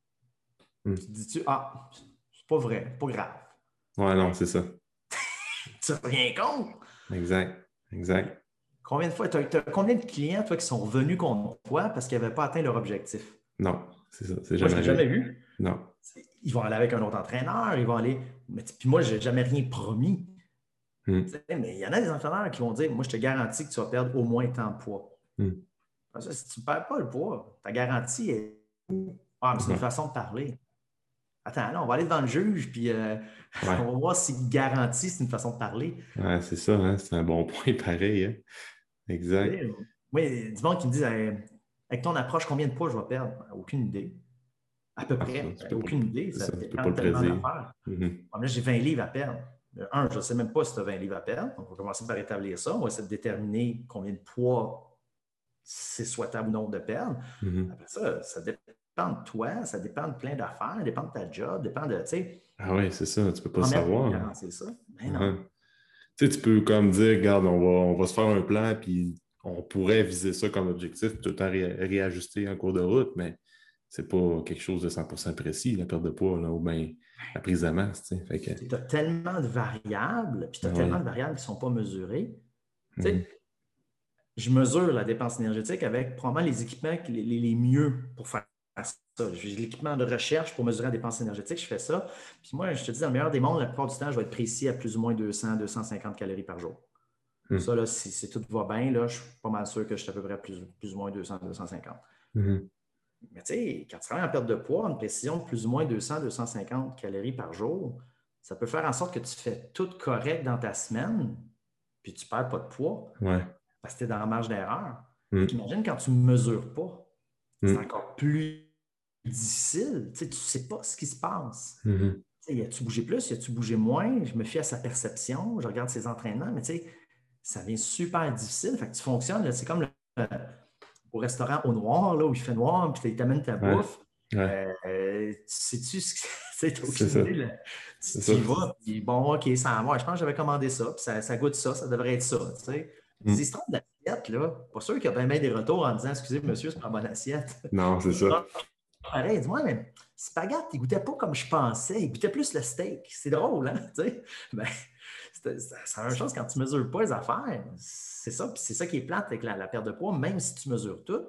Mm. Tu te dis-tu, ah, c'est pas vrai, pas grave. Ouais, non, c'est ça. Tu n'as rien contre. Exact. Exact. Combien de fois, tu as combien de clients, toi, qui sont revenus contre toi parce qu'ils n'avaient pas atteint leur objectif? Non, c'est ça. C'est Moi, je jamais ne l'ai jamais arrivé. vu. Non. Ils vont aller avec un autre entraîneur, ils vont aller. Mais, puis moi, je n'ai jamais rien promis. Mm. Mais il y en a des entraîneurs qui vont dire, moi, je te garantis que tu vas perdre au moins tant de poids. Mm. Ça, si tu ne perds pas le poids, ta garantie est. Ah, mais c'est une Ouais. façon de parler. Attends, là, on va aller devant le juge, puis euh, Ouais. on va voir si garantie, c'est une façon de parler. Ouais, c'est ça, hein? C'est un bon point pareil. Hein? Exact. Moi, il y a du monde qui me dit, avec ton approche, combien de poids je vais perdre? Aucune idée. À peu Ah, ça, près. tu peux Aucune pas, idée. Ça ça, tu peux dépend pas le tellement prédire. d'affaires. Mm-hmm. Là, j'ai vingt livres à perdre. Un, je ne sais même pas si tu as vingt livres à perdre. On va commencer par établir ça. On va essayer de déterminer combien de poids c'est souhaitable ou non de perdre. Mm-hmm. Après ça, ça dépend de toi, ça dépend de plein d'affaires, ça dépend de ta job, dépend de, tu sais. Ah oui, c'est ça, tu peux pas En savoir. mettre c'est ça. Mais non. Uh-huh. Tu sais, tu peux comme dire, regarde, on va, on va se faire un plan, puis on pourrait viser ça comme objectif, puis tout le temps ré- réajuster en cours de route, mais c'est pas quelque chose de cent pour cent précis, la perte de poids, là, ou bien la prise de masse. Tu sais. Fait que, tu as tellement de variables, puis tu as ouais. tellement de variables qui ne sont pas mesurées. Tu Mm-hmm. sais, je mesure la dépense énergétique avec probablement les équipements les, les, les mieux pour faire ça. J'ai l'équipement de recherche pour mesurer la dépense énergétique, je fais ça. Puis moi, je te dis, dans le meilleur des mondes, la plupart du temps, je vais être précis à plus ou moins deux cents à deux cent cinquante calories par jour. Mm. Ça, là, si, si tout va bien, là, je suis pas mal sûr que je suis à peu près à plus, plus ou moins deux cents à deux cent cinquante. Mm-hmm. Mais tu sais, quand tu travailles en perte de poids, une précision de plus ou moins deux cents à deux cent cinquante calories par jour, ça peut faire en sorte que tu fais tout correct dans ta semaine, puis tu ne perds pas de poids. Ouais. Parce que tu es dans la marge d'erreur. Mm. Imagine quand tu ne mesures pas, c'est mm. encore plus difficile. Tu ne sais pas ce qui se passe. Mm-hmm. Y a-tu bougé plus, y a-tu bougé moins? Je me fie à sa perception, je regarde ses entraînements, mais tu sais, ça devient super difficile. Fait que tu fonctionnes, c'est comme le, euh, au restaurant au noir, là, où il fait noir, puis il t'amène ta ouais. bouffe. Ouais. Euh, sais-tu ce que c'est? Tu c'est ça. Idée, tu y vas, puis bon, OK, ça moi, je pense que j'avais commandé ça, puis ça, ça goûte ça, ça devrait être ça. Tu sais. Mm. Si se trompe d'assiette, là, pas sûr qu'il y a bien, bien des retours en disant excusez, monsieur, c'est pas bonne assiette. Non, c'est ça. Pareil, dis-moi, mais spaghetti, il goûtait pas comme je pensais, il goûtait plus le steak. C'est drôle, hein? Tu sais? Ben, c'est, c'est la même chose quand tu ne mesures pas les affaires. C'est ça, puis c'est ça qui est plate avec la, la perte de poids, même si tu mesures tout.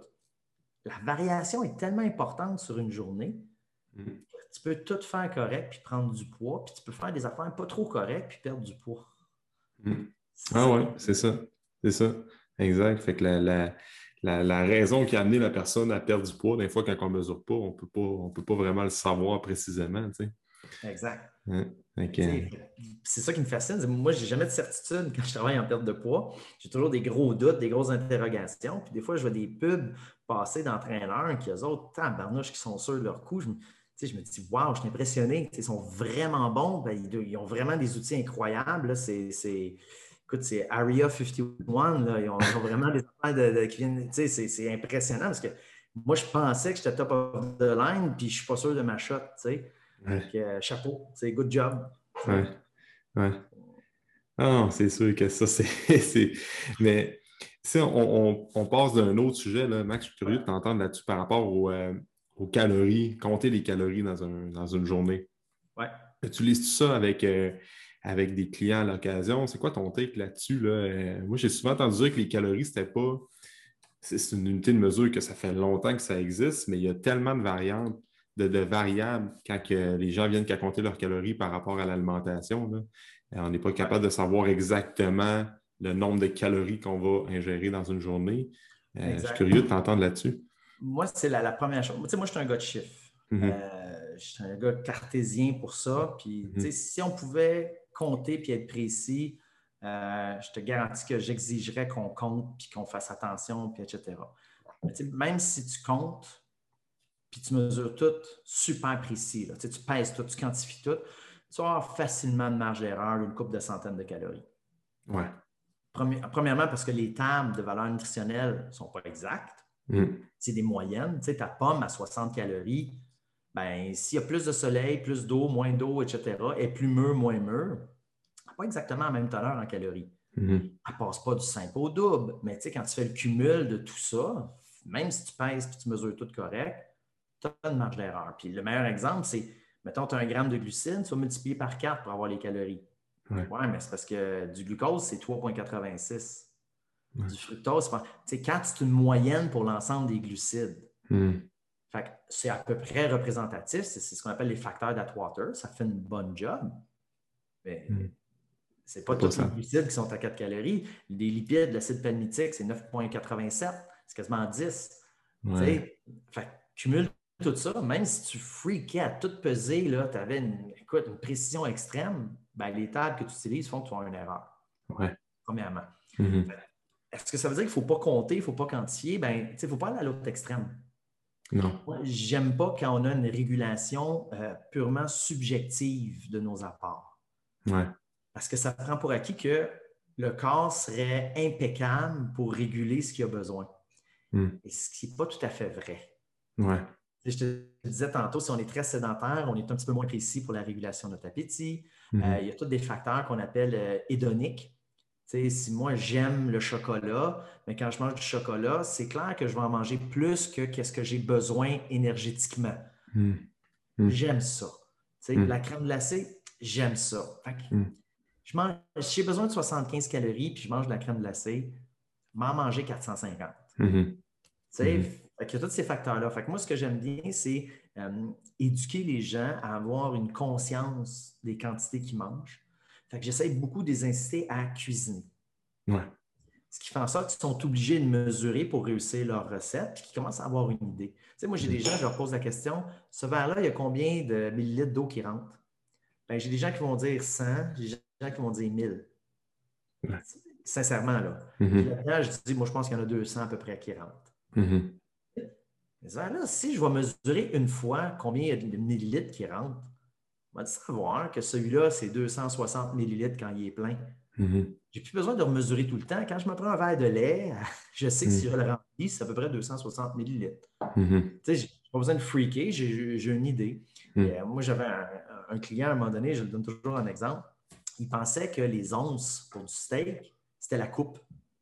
La variation est tellement importante sur une journée mm. que tu peux tout faire correct puis prendre du poids, puis tu peux faire des affaires pas trop correctes puis perdre du poids. Mm. Ah oui, c'est ça. C'est ça. Exact. Fait que la, la, la, la raison qui a amené la personne à perdre du poids, des fois, quand on ne mesure pas, on peut pas, on peut pas vraiment le savoir précisément. Tu sais. Exact. Hein? Okay. C'est ça qui me fascine. Moi, je n'ai jamais de certitude quand je travaille en perte de poids. J'ai toujours des gros doutes, des grosses interrogations. Puis des fois, je vois des pubs passer d'entraîneurs qui, eux autres, tabarnouche, qui sont sûrs de leur coup. Je me, je me dis, waouh, je suis impressionné. Ils sont vraiment bons. Ben, ils, ils ont vraiment des outils incroyables. C'est, c'est, écoute, c'est Area cinquante et un. Là. Ils, ont, ils ont vraiment des affaires de, de, qui viennent. C'est, c'est impressionnant parce que moi, je pensais que j'étais top of the line, puis je ne suis pas sûr de ma shot. Ouais. Donc, euh, chapeau, c'est good job. Ouais. Ouais. Ah non, c'est sûr que ça, c'est. c'est... Mais si on, on, on passe d'un autre sujet, là, Max, je suis curieux de t'entendre là-dessus par rapport aux, euh, aux calories, compter les calories dans, un, dans une journée. Ouais. Utilises-tu ça avec, euh, avec des clients à l'occasion? C'est quoi ton take là-dessus? Là? Euh, moi, j'ai souvent entendu dire que les calories, c'était pas. C'est, c'est une unité de mesure que ça fait longtemps que ça existe, mais il y a tellement de variantes, de, de variables quand que les gens viennent qu'à compter leurs calories par rapport à l'alimentation. Là. On n'est pas capable de savoir exactement le nombre de calories qu'on va ingérer dans une journée. Euh, je suis curieux de t'entendre là-dessus. Moi, c'est la, la première chose. Tu sais, moi, je suis un gars de chiffres. Mm-hmm. Euh, je suis un gars cartésien pour ça. Puis, mm-hmm. tu sais, si on pouvait compter puis être précis, euh, je te garantis que j'exigerais qu'on compte puis qu'on fasse attention, puis et cetera. Mais, tu sais, même si tu comptes puis tu mesures tout super précis, là, tu sais, tu pèses tout, tu quantifies tout, tu vas avoir facilement de marge d'erreur, une couple de centaines de calories. Ouais. Premièrement, parce que les tables de valeur nutritionnelle ne sont pas exactes. Mm. C'est des moyennes. Tu sais, ta pomme à soixante calories, ben, s'il y a plus de soleil, plus d'eau, moins d'eau, et cetera, est plus mûre, moins mûre, elle n'a pas exactement la même teneur en calories. Mm-hmm. Elle ne passe pas du simple au double. Mais tu sais, quand tu fais le cumul de tout ça, même si tu pèses et tu mesures tout correct, tu as une marge d'erreur. Puis le meilleur exemple, c'est, mettons, tu as un gramme de glucides, tu vas multiplier par quatre pour avoir les calories. Oui, ouais, mais c'est parce que du glucose, c'est trois virgule quatre-vingt-six. Ouais. Du fructose, tu sais, quatre, c'est une moyenne pour l'ensemble des glucides. Mm. Fait que c'est à peu près représentatif. C'est, c'est ce qu'on appelle les facteurs d'Atwater. Ça fait une bonne job. Mais Mm. c'est pas C'est pas tous les ça. glucides qui sont à quatre calories. Les lipides, l'acide palmitique, c'est neuf virgule quatre-vingt-sept. C'est quasiment dix. Ouais. Fait que cumule tout ça, même si tu freakais à tout peser, tu avais une, écoute, une précision extrême, ben, les tables que tu utilises font que tu as une erreur. Ouais. Premièrement. Mm-hmm. Est-ce que ça veut dire qu'il ne faut pas compter, il ne faut pas quantifier? Ben, il ne faut pas aller à l'autre extrême. Non. Moi, j'aime pas quand on a une régulation euh, purement subjective de nos apports. Ouais. Parce que ça prend pour acquis que le corps serait impeccable pour réguler ce qu'il a besoin. Mm. Et ce qui n'est pas tout à fait vrai. Ouais. Je te disais tantôt, si on est très sédentaire, on est un petit peu moins précis pour la régulation de notre appétit. Mm-hmm. Euh, il y a tous des facteurs qu'on appelle euh, hédoniques. Tu sais, si moi, j'aime le chocolat, mais quand je mange du chocolat, c'est clair que je vais en manger plus que qu'est-ce que j'ai besoin énergétiquement. Mm. Mm. J'aime ça. Tu sais, Mm. la crème glacée, j'aime ça. Fait que Mm. je mange, si j'ai besoin de soixante-quinze calories puis je mange de la crème glacée, je vais en manger quatre cent cinquante. Mm-hmm. Tu sais, Mm-hmm. fait qu'il y a tous ces facteurs-là. Fait que moi, ce que j'aime bien, c'est euh, éduquer les gens à avoir une conscience des quantités qu'ils mangent. Fait que j'essaie beaucoup de les inciter à cuisiner. Ouais. Ce qui fait en sorte qu'ils sont obligés de mesurer pour réussir leur recette puis qu'ils commencent à avoir une idée. Tu sais, moi, j'ai des gens, je leur pose la question, ce verre-là, il y a combien de millilitres d'eau qui rentre? Ben, j'ai des gens qui vont dire cent, j'ai des gens qui vont dire mille. Ouais. Sincèrement, là. Mm-hmm. Puis là-dedans, je dis, moi, je pense qu'il y en a deux cents à peu près qui rentrent. Mm-hmm. Là, si je vais mesurer une fois combien il y a de millilitres qui rentrent, on va savoir que celui-là, c'est deux cent soixante millilitres quand il est plein. Mm-hmm. Je n'ai plus besoin de remesurer tout le temps. Quand je me prends un verre de lait, je sais que Mm. si je le remplis, c'est à peu près deux cent soixante millilitres. Mm-hmm. Tu sais, je n'ai pas besoin de freaker, j'ai, j'ai une idée. Mm. Et, euh, moi, j'avais un, un client à un moment donné, je le donne toujours un exemple. Il pensait que les onces pour du steak, c'était la coupe.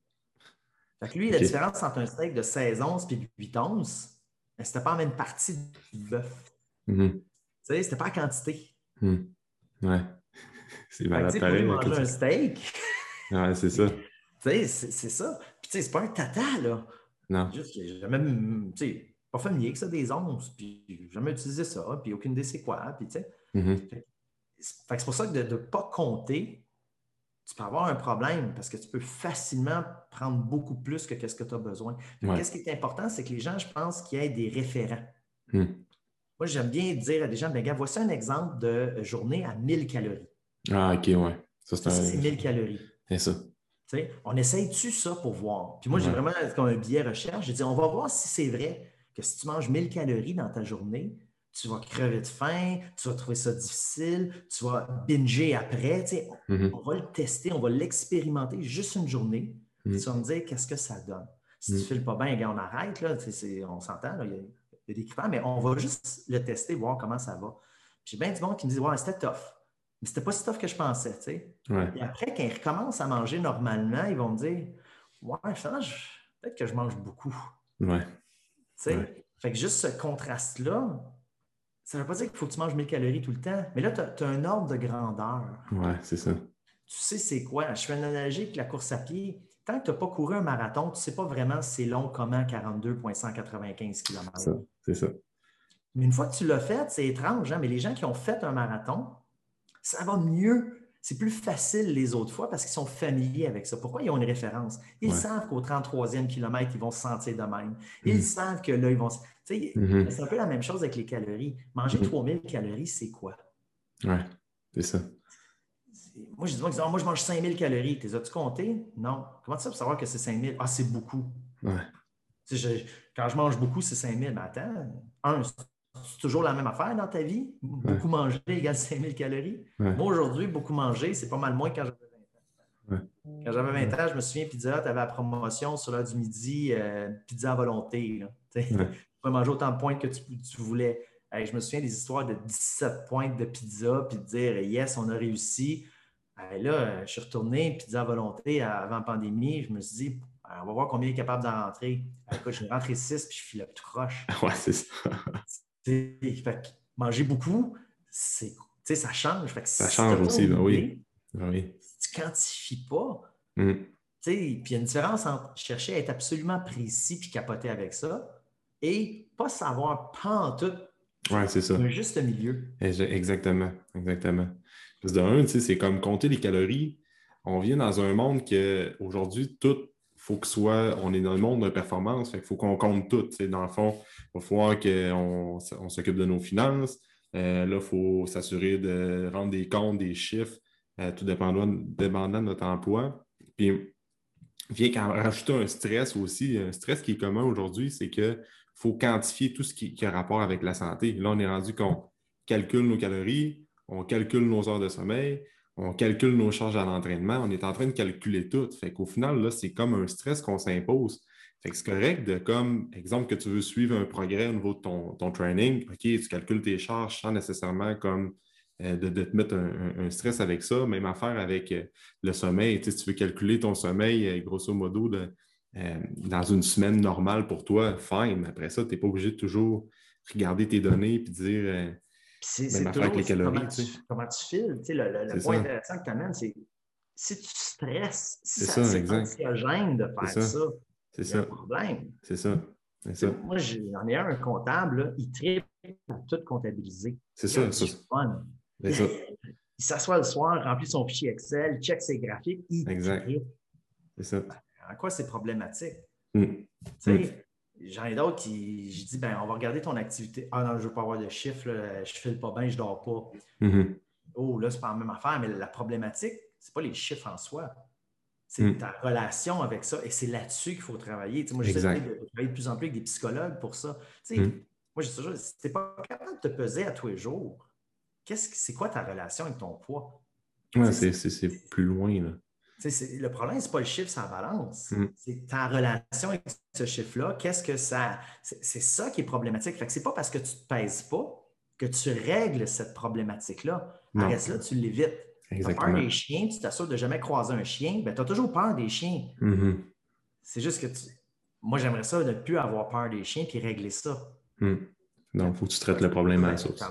Fait que lui, la Ok. différence entre un steak de seize onces et huit onces, ben, c'était pas la même partie du bœuf. Mm-hmm. Tu sais, c'était pas la quantité. Mm. Ouais. C'est Fait que, tu malade sais, pour pareil. lui, là, manger que un tu- steak, Ouais, c'est ça. tu sais, c'est, c'est ça. Puis, tu sais, c'est pas un tata, là. Non. Juste que j'ai jamais, tu sais, pas familier que ça, des onces, puis j'ai jamais utilisé ça, puis aucune idée c'est quoi, puis tu sais. Mm-hmm. Fait, fait que c'est pour ça que de ne pas compter, tu peux avoir un problème parce que tu peux facilement prendre beaucoup plus que ce que tu as besoin. Ouais. Qu'est-ce qui est important, c'est que les gens, je pense, qu'il y ait des référents. Mm. Moi, j'aime bien dire à des gens, bien, gars, voici un exemple de journée à mille calories. Ah, ok, ouais. Ça, c'est Ça, un... c'est mille calories. C'est ça. Tu sais, on essaye-tu ça pour voir? Puis moi, j'ai Ouais. vraiment comme un billet recherche. J'ai dit, on va voir si c'est vrai que si tu manges mille calories dans ta journée, tu vas crever de faim, tu vas trouver ça difficile, tu vas binger après. Tu sais, Mm-hmm. on va le tester, on va l'expérimenter juste une journée. Mm. Tu vas me dire qu'est-ce que ça donne. Si Mm. tu ne files pas bien, gars, on arrête. Là, tu sais, on s'entend, là, il, y a, il y a des critères, mais on va juste le tester, voir comment ça va. Puis j'ai bien du monde qui me dit, ouais, c'était tough. Mais c'était pas si tough que je pensais, tu sais. Ouais. Et après, quand ils recommencent à manger normalement, ils vont me dire, ouais, finalement, je... peut-être que je mange beaucoup. Ouais. Tu sais, Ouais. fait que juste ce contraste-là, ça ne veut pas dire qu'il faut que tu manges mille calories tout le temps, mais là, tu as, tu as un ordre de grandeur. Ouais, c'est ça. Tu sais c'est quoi? Je fais une analogie avec la course à pied. Tant que tu n'as pas couru un marathon, tu ne sais pas vraiment c'est long comment quarante-deux virgule cent quatre-vingt-quinze kilomètres. Ça, c'est ça. Mais une fois que tu l'as fait, c'est étrange, hein? Mais les gens qui ont fait un marathon, ça va mieux. C'est plus facile les autres fois parce qu'ils sont familiers avec ça. Pourquoi ils ont une référence? Ils Ouais. savent qu'au trente-troisième kilomètre, ils vont se sentir de même. Ils Mm. savent que là, ils vont se... Tu sais, Mm-hmm. c'est un peu la même chose avec les calories. Manger Mm. trois mille calories, c'est quoi? Ouais, c'est ça. C'est- Moi, je dis, moi, moi, je mange cinq mille calories. T'es as-tu compté? Non. Comment tu sais pour savoir que c'est cinq mille? Ah, c'est beaucoup. Ouais. Tu sais, je- quand je mange beaucoup, c'est cinq mille. Mais attends, un, c'est toujours la même affaire dans ta vie? Beaucoup manger égale cinq mille calories? Ouais. Moi, aujourd'hui, beaucoup manger, c'est pas mal moins que quand j'avais vingt ans. Ouais. Quand j'avais vingt ans, je me souviens, Pizza Hut avait la promotion sur l'heure du midi, euh, pizza à volonté. Là. Tu sais, Ouais. tu pouvais manger autant de points que tu, tu voulais. Hey, je me souviens des histoires de dix-sept pointes de pizza, puis de dire « Yes, on a réussi ». Là, je suis retourné, pizza à volonté avant la pandémie. Je me suis dit, on va voir combien il est capable d'en rentrer. Écoute, je suis rentré six, puis je file tout croche. Ouais, c'est ça. Fait que manger beaucoup, c'est, ça change. Fait que ça si change aussi, ben oui. Idée, ben oui. Si tu ne quantifies pas, mm. puis il y a une différence entre chercher à être absolument précis puis capoter avec ça et pas savoir pantoute. Ouais, c'est ça. Un juste milieu. Exactement, exactement. Parce que de un, c'est comme compter les calories. On vient dans un monde que aujourd'hui, tout faut que soit, on est dans le monde de performance, fait qu'il faut qu'on compte tout. T'sais. Dans le fond, il va falloir qu'on on s'occupe de nos finances. Euh, là, il faut s'assurer de rendre des comptes, des chiffres, euh, tout dépendant, dépendant de notre emploi. Puis, vient qu'en rajouter un stress aussi, un stress qui est commun aujourd'hui, c'est qu'il faut quantifier tout ce qui, qui a rapport avec la santé. Là, on est rendu qu'on calcule nos calories, on calcule nos heures de sommeil, on calcule nos charges à l'entraînement, on est en train de calculer tout. Fait qu'au final, là, c'est comme un stress qu'on s'impose. Fait que c'est correct de, comme, exemple, que tu veux suivre un progrès au niveau de ton, ton training, OK, tu calcules tes charges sans nécessairement comme euh, de, de te mettre un, un, un stress avec ça. Même affaire avec euh, le sommeil. Tu sais, si tu veux calculer ton sommeil, euh, grosso modo, de, euh, dans une semaine normale pour toi, fine. Après ça, tu n'es pas obligé de toujours regarder tes données et dire... Euh, c'est, Même c'est affaire avec les calories. Comment tu, comment tu files. Tu sais, le, le, le point ça. Intéressant que tu amènes, c'est si tu stresses, si c'est ça, ça, c'est exact. anxiogène de faire c'est ça, ça, c'est il y a ça. un problème. C'est ça. C'est ça. Moi, j'en ai un, un comptable, là, il tripe à tout comptabiliser. C'est ça. Il, ça. Fun. C'est ça. Il s'assoit le soir, remplit son fichier Excel, il check ses graphiques, il exact. tripe. C'est ça. En quoi c'est problématique? Mm. Tu sais, j'en ai d'autres qui, je dis, ben, on va regarder ton activité. Ah non, je ne veux pas avoir de chiffres, là, je ne file pas bien, je ne dors pas. Mm-hmm. Oh, là, c'est pas la même affaire, mais la problématique, ce n'est pas les chiffres en soi. C'est mm. ta relation avec ça et c'est là-dessus qu'il faut travailler. Tu sais, moi, j'essaie de, de travailler de plus en plus avec des psychologues pour ça. Tu sais, mm. Moi, je dis toujours, si tu n'es pas capable de te peser à tous les jours, qu'est-ce, c'est quoi ta relation avec ton poids? Ouais, c'est, c'est, c'est plus loin, là. C'est, le problème, ce n'est pas le chiffre, c'est la balance. Mm. C'est ta relation avec ce chiffre-là. Qu'est-ce que ça. C'est, c'est ça qui est problématique. Fait que c'est pas parce que tu ne te pèses pas que tu règles cette problématique-là. Arrête là, tu l'évites. Tu as peur des chiens, tu t'assures de ne jamais croiser un chien, ben, tu as toujours peur des chiens. Mm-hmm. C'est juste que tu... moi, j'aimerais ça de ne plus avoir peur des chiens puis régler ça. Mm. Donc, il faut que tu traites le problème à la source.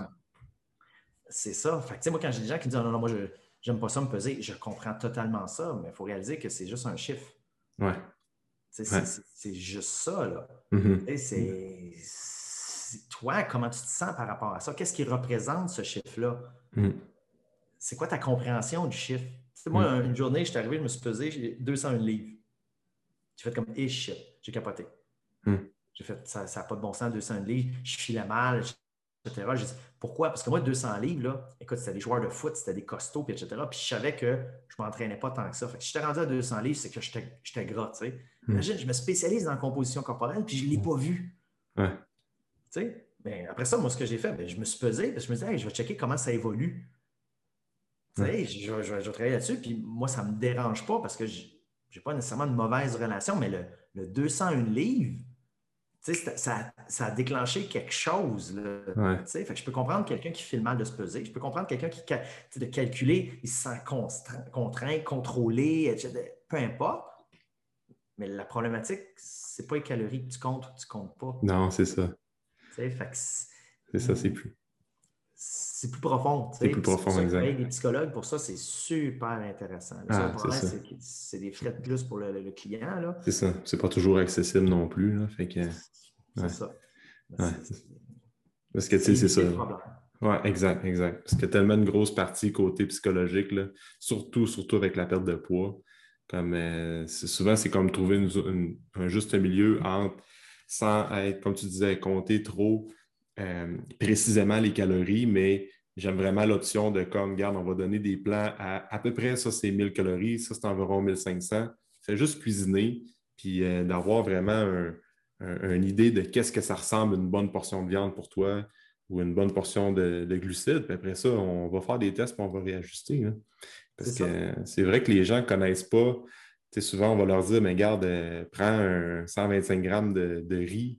C'est ça. Fait que, moi, quand j'ai des gens qui disent non, non, moi, je n'aime pas ça me peser, je comprends totalement ça, mais il faut réaliser que c'est juste un chiffre. Ouais. C'est, ouais. c'est, c'est juste ça, là. Mm-hmm. C'est, c'est toi, comment tu te sens par rapport à ça? Qu'est-ce qui représente ce chiffre-là? Mm. C'est quoi ta compréhension du chiffre? T'sais, moi, mm. une journée, je suis arrivé, je me suis pesé, j'ai deux cent un livres. J'ai fait comme « eh shit », j'ai capoté. Mm. J'ai fait « ça n'a pas de bon sens, deux cent un livres, je filais mal, et cetera » J'ai dit « Pourquoi? » Parce que moi, deux cents livres, là, écoute, c'était des joueurs de foot, c'était des costauds, et cetera. Puis je savais que je ne m'entraînais pas tant que ça. Fait que si j'étais rendu à deux cents livres, c'est que j'étais, j'étais gras, tu sais. Mm. Imagine, je me spécialise dans la composition corporelle, puis je ne l'ai pas vu. Ouais. Tu sais, ben, après ça, moi, ce que j'ai fait, ben, je me suis pesé, je me suis dit hey, « je vais checker comment ça évolue. » Tu sais, je, je, je, je vais travailler là-dessus, puis moi, ça ne me dérange pas parce que je n'ai pas nécessairement une mauvaise relation, mais le, le deux cent un livres, tu sais, ça, ça a déclenché quelque chose. Là, ouais. tu sais, fait que je peux comprendre quelqu'un qui file mal de se peser, je peux comprendre quelqu'un qui, de calculer, il se sent contraint, contrôlé, et cetera. Peu importe. Mais la problématique, c'est pas les calories que tu comptes ou que tu ne comptes pas. Non, c'est ça. Tu sais, fait que c'est, c'est ça, c'est plus. C'est plus profond. C'est plus profond, c'est exact. Avec des psychologues, pour ça, c'est super intéressant. Le ah, seul problème, c'est, c'est que c'est des frais de plus pour le, le client. Là. C'est ça. C'est pas toujours accessible non plus. Là. Fait que, c'est ouais. ça. Ouais. C'est... Parce que, tu sais, c'est ça. Oui, exact, exact. Parce qu'il y a tellement une grosse partie côté psychologique, là, surtout, surtout avec la perte de poids. Comme, euh, c'est, souvent, c'est comme trouver une, une, un juste milieu entre, sans être, comme tu disais, compter trop euh, précisément les calories, mais j'aime vraiment l'option de comme, regarde, on va donner des plans à à peu près, ça, c'est mille calories, ça, c'est environ mille cinq cents. Fais juste cuisiner, puis euh, d'avoir vraiment un, un, une idée de qu'est-ce que ça ressemble une bonne portion de viande pour toi ou une bonne portion de, de glucides. Puis après ça, on va faire des tests et on va réajuster. Hein. Parce c'est que ça. C'est vrai que les gens ne connaissent pas. Tu sais, souvent, on va leur dire, mais regarde, euh, prends un cent vingt-cinq grammes de, de riz,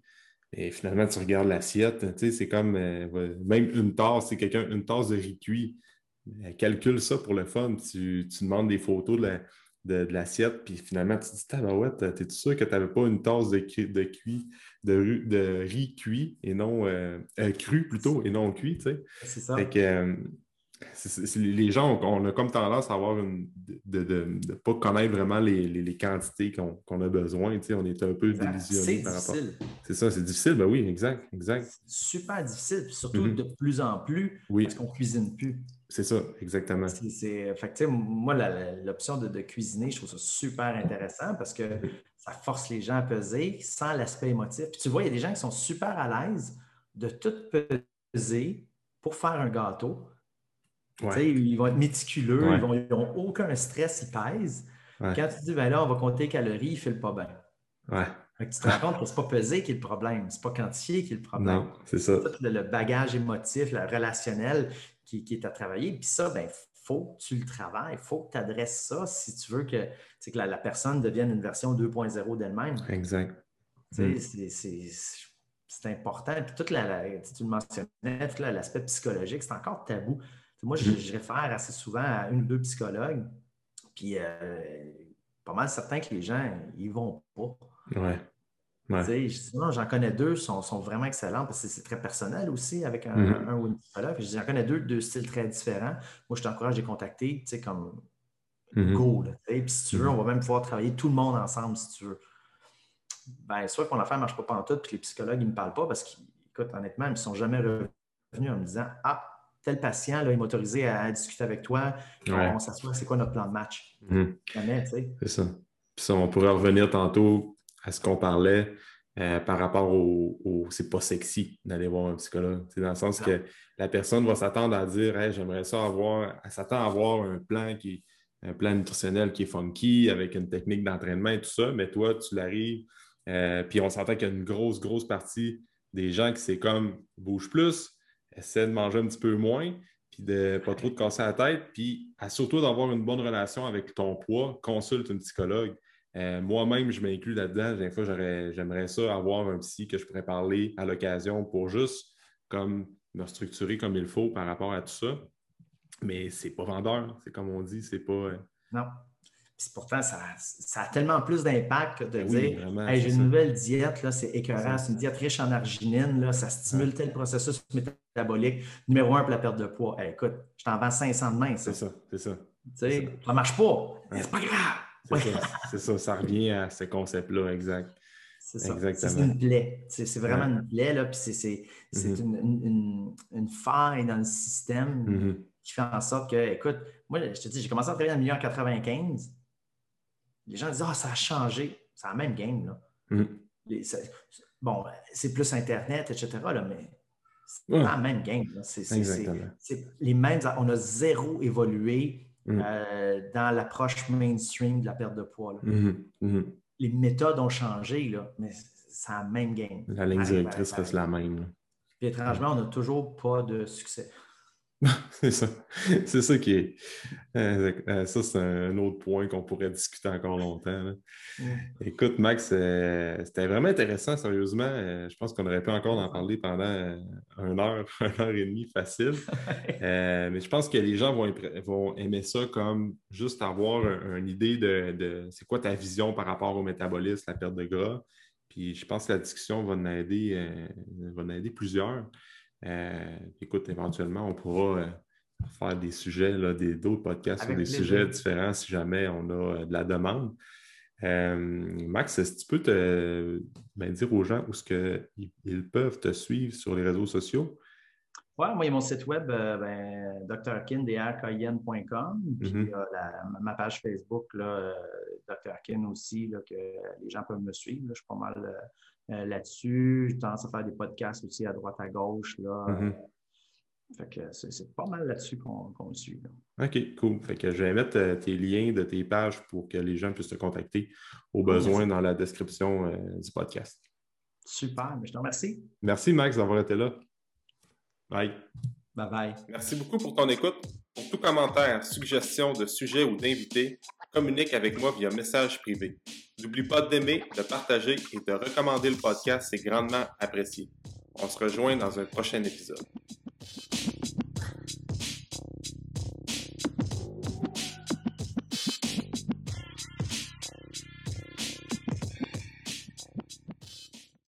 Et finalement, tu regardes l'assiette, tu sais, c'est comme euh, même une tasse, c'est quelqu'un, une tasse de riz cuit. Elle calcule ça pour le fun. Tu, tu demandes des photos de, la, de, de l'assiette, puis finalement, tu te dis, tabarouette, t'es-tu sûr que tu n'avais pas une tasse de, de, cuit, de, de riz cuit et non euh, euh, cru plutôt et non cuit, tu sais. C'est Fait ça. que euh, c'est, c'est, c'est, les gens, on, on a comme tendance à avoir une, de ne pas connaître vraiment les, les, les quantités qu'on, qu'on a besoin. Tu sais, on est un peu Exact. C'est délusionné par rapport. difficile. C'est ça, c'est difficile. Ben oui, exact, exact. C'est super difficile, puis surtout de Mm-hmm. plus en plus parce Oui, qu'on ne cuisine plus. c'est ça, exactement. C'est, c'est, fait que, moi, la, la, l'option de, de cuisiner, je trouve ça super intéressant parce que Mm-hmm. ça force les gens à peser sans l'aspect émotif. Puis tu vois, il y a des gens qui sont super à l'aise de tout peser pour faire un gâteau. Tu sais, Ouais, ils vont être méticuleux, ils ouais, n'ont aucun stress, ils pèsent. Puis ouais, quand tu dis, ben là, on va compter les calories, ils ne filent pas bien. ouais. Fait que tu te rends compte que ce n'est pas peser qui est le problème, ce n'est pas quantifier qui est le problème. Non, c'est ça. C'est tout le, le bagage émotif, le relationnel qui, qui est à travailler. Puis ça, il faut que tu le travailles, il faut que tu adresses ça si tu veux que, que la, la personne devienne une version deux point zéro d'elle-même. Exact. Tu Mm. sais, c'est, c'est, c'est important. Puis toute la, la, tu le mentionnais, tout l'aspect psychologique, c'est encore tabou. T'sais, moi, je, Mm. je réfère assez souvent à une ou deux psychologues, puis euh, pas mal certain que les gens, ils vont pas. Ouais, ouais. Je dis, non, j'en connais deux, sont, sont vraiment excellents parce que c'est très personnel aussi avec un, Mm-hmm. un ou une psychologue. Je dis, j'en connais deux, deux styles très différents. Moi, je t'encourage à les contacter, tu sais, comme Mm-hmm. go. Là, puis si tu veux, Mm-hmm. on va même pouvoir travailler tout le monde ensemble si tu veux. Ben, soit que mon affaire ne marche pas pantoute, puis les psychologues, ils ne me parlent pas parce qu'écoute, honnêtement, ils ne sont jamais revenus en me disant, ah, tel patient, là, il m'a autorisé à, à discuter avec toi, on, Ouais. on s'assoit, c'est quoi notre plan de match? Mm-hmm. Jamais, tu sais. C'est ça. Puis ça, on pourrait revenir tantôt à ce qu'on parlait euh, par rapport au, au c'est pas sexy d'aller voir un psychologue. C'est dans le sens Non. que la personne va s'attendre à dire hey, j'aimerais ça avoir, elle s'attend à avoir un plan qui un plan nutritionnel qui est funky, avec une technique d'entraînement et tout ça, mais toi, tu l'arrives, euh, puis on s'entend qu'il y a une grosse, grosse partie des gens qui c'est comme bouge plus, essaie de manger un petit peu moins, puis de pas trop te casser la tête, puis à surtout d'avoir une bonne relation avec ton poids, consulte une psychologue. Euh, moi-même, je m'inclus là-dedans. Des fois, j'aurais, j'aimerais ça avoir un psy que je pourrais parler à l'occasion pour juste comme me structurer comme il faut par rapport à tout ça. Mais c'est pas vendeur, c'est comme on dit, c'est pas. euh, Non. Puis pourtant, ça, ça a tellement plus d'impact que de Ben oui, dire vraiment, hey, c'est j'ai ça. une nouvelle diète, là, c'est C'est écœurant, ça. c'est une diète riche en arginine, là, ça Ouais. stimule tel processus métabolique. Numéro un pour la perte de poids. Hey, écoute, je t'en vends cinq cents de main, C'est ça. ça, c'est ça. Tu C'est ça. sais, ça ne marche pas. Ouais. C'est pas grave. C'est Ouais. ça, c'est ça. Ça revient à ce concept-là, exact. C'est ça. C'est Exactement. une plaie. C'est vraiment Ouais. une plaie, là, puis c'est c'est- c'est Mhm. une, une, une, une faille dans le système Mhm. qui fait en sorte que, écoute, moi, je te dis, j'ai commencé à travailler dans le milieu en quatre-vingt-quinze. Les gens disent, ah, ça a changé. C'est la même game, là. Mhm. Les- ça- bon, c'est plus Internet, et cetera, là, mais c'est Ouais, pas la même game. Là. C'est, c'est- c'est- exactement. c'est les mêmes, on a zéro évolué Mhm. euh, dans l'approche mainstream de la perte de poids. Là. Mhm. Mhm. Les méthodes ont changé, là, mais c'est la même game. La ligne Pareil, pareil, directrice reste pareil. la même, là. Puis étrangement, on n'a toujours pas de succès. C'est ça. C'est ça qui est. euh, euh, ça, c'est un autre point qu'on pourrait discuter encore longtemps, là. Mm. Écoute, Max, euh, c'était vraiment intéressant, sérieusement. Euh, je pense qu'on aurait pu encore en parler pendant euh, une heure, une heure et demie facile. Euh, mais je pense que les gens vont, impré- vont aimer ça comme juste avoir un- une idée de, de c'est quoi ta vision par rapport au métabolisme, la perte de gras. Puis je pense que la discussion va en aider, euh, va en aider plusieurs. Euh, écoute, éventuellement, on pourra euh, faire des sujets, là, des, d'autres podcasts sur Avec des sujets plaisir. différents si jamais on a euh, de la demande. Euh, Max, est-ce que tu peux te ben, dire aux gens où est-ce qu'ils ils peuvent te suivre sur les réseaux sociaux? Oui, moi, il y a mon site web, euh, ben, d r kin point com, puis Mm-hmm. euh, la, ma page Facebook, là, euh, docteur Kin aussi, là, que les gens peuvent me suivre. Là, je suis pas mal euh, euh, là-dessus. Je tendance à faire des podcasts aussi à droite, à gauche. Là, Mm-hmm. euh, fait que c'est, c'est pas mal là-dessus qu'on, qu'on me suit. Là. OK, cool. Fait que je vais mettre euh, tes liens de tes pages pour que les gens puissent te contacter au Cool, besoin merci. dans la description euh, du podcast. Super, mais je te remercie. Merci, Max, d'avoir été là. Bye. Bye bye. Merci beaucoup pour ton écoute. Pour tout commentaire, suggestion de sujet ou d'invité, communique avec moi via message privé. N'oublie pas d'aimer, de partager et de recommander le podcast, c'est grandement apprécié. On se rejoint dans un prochain épisode.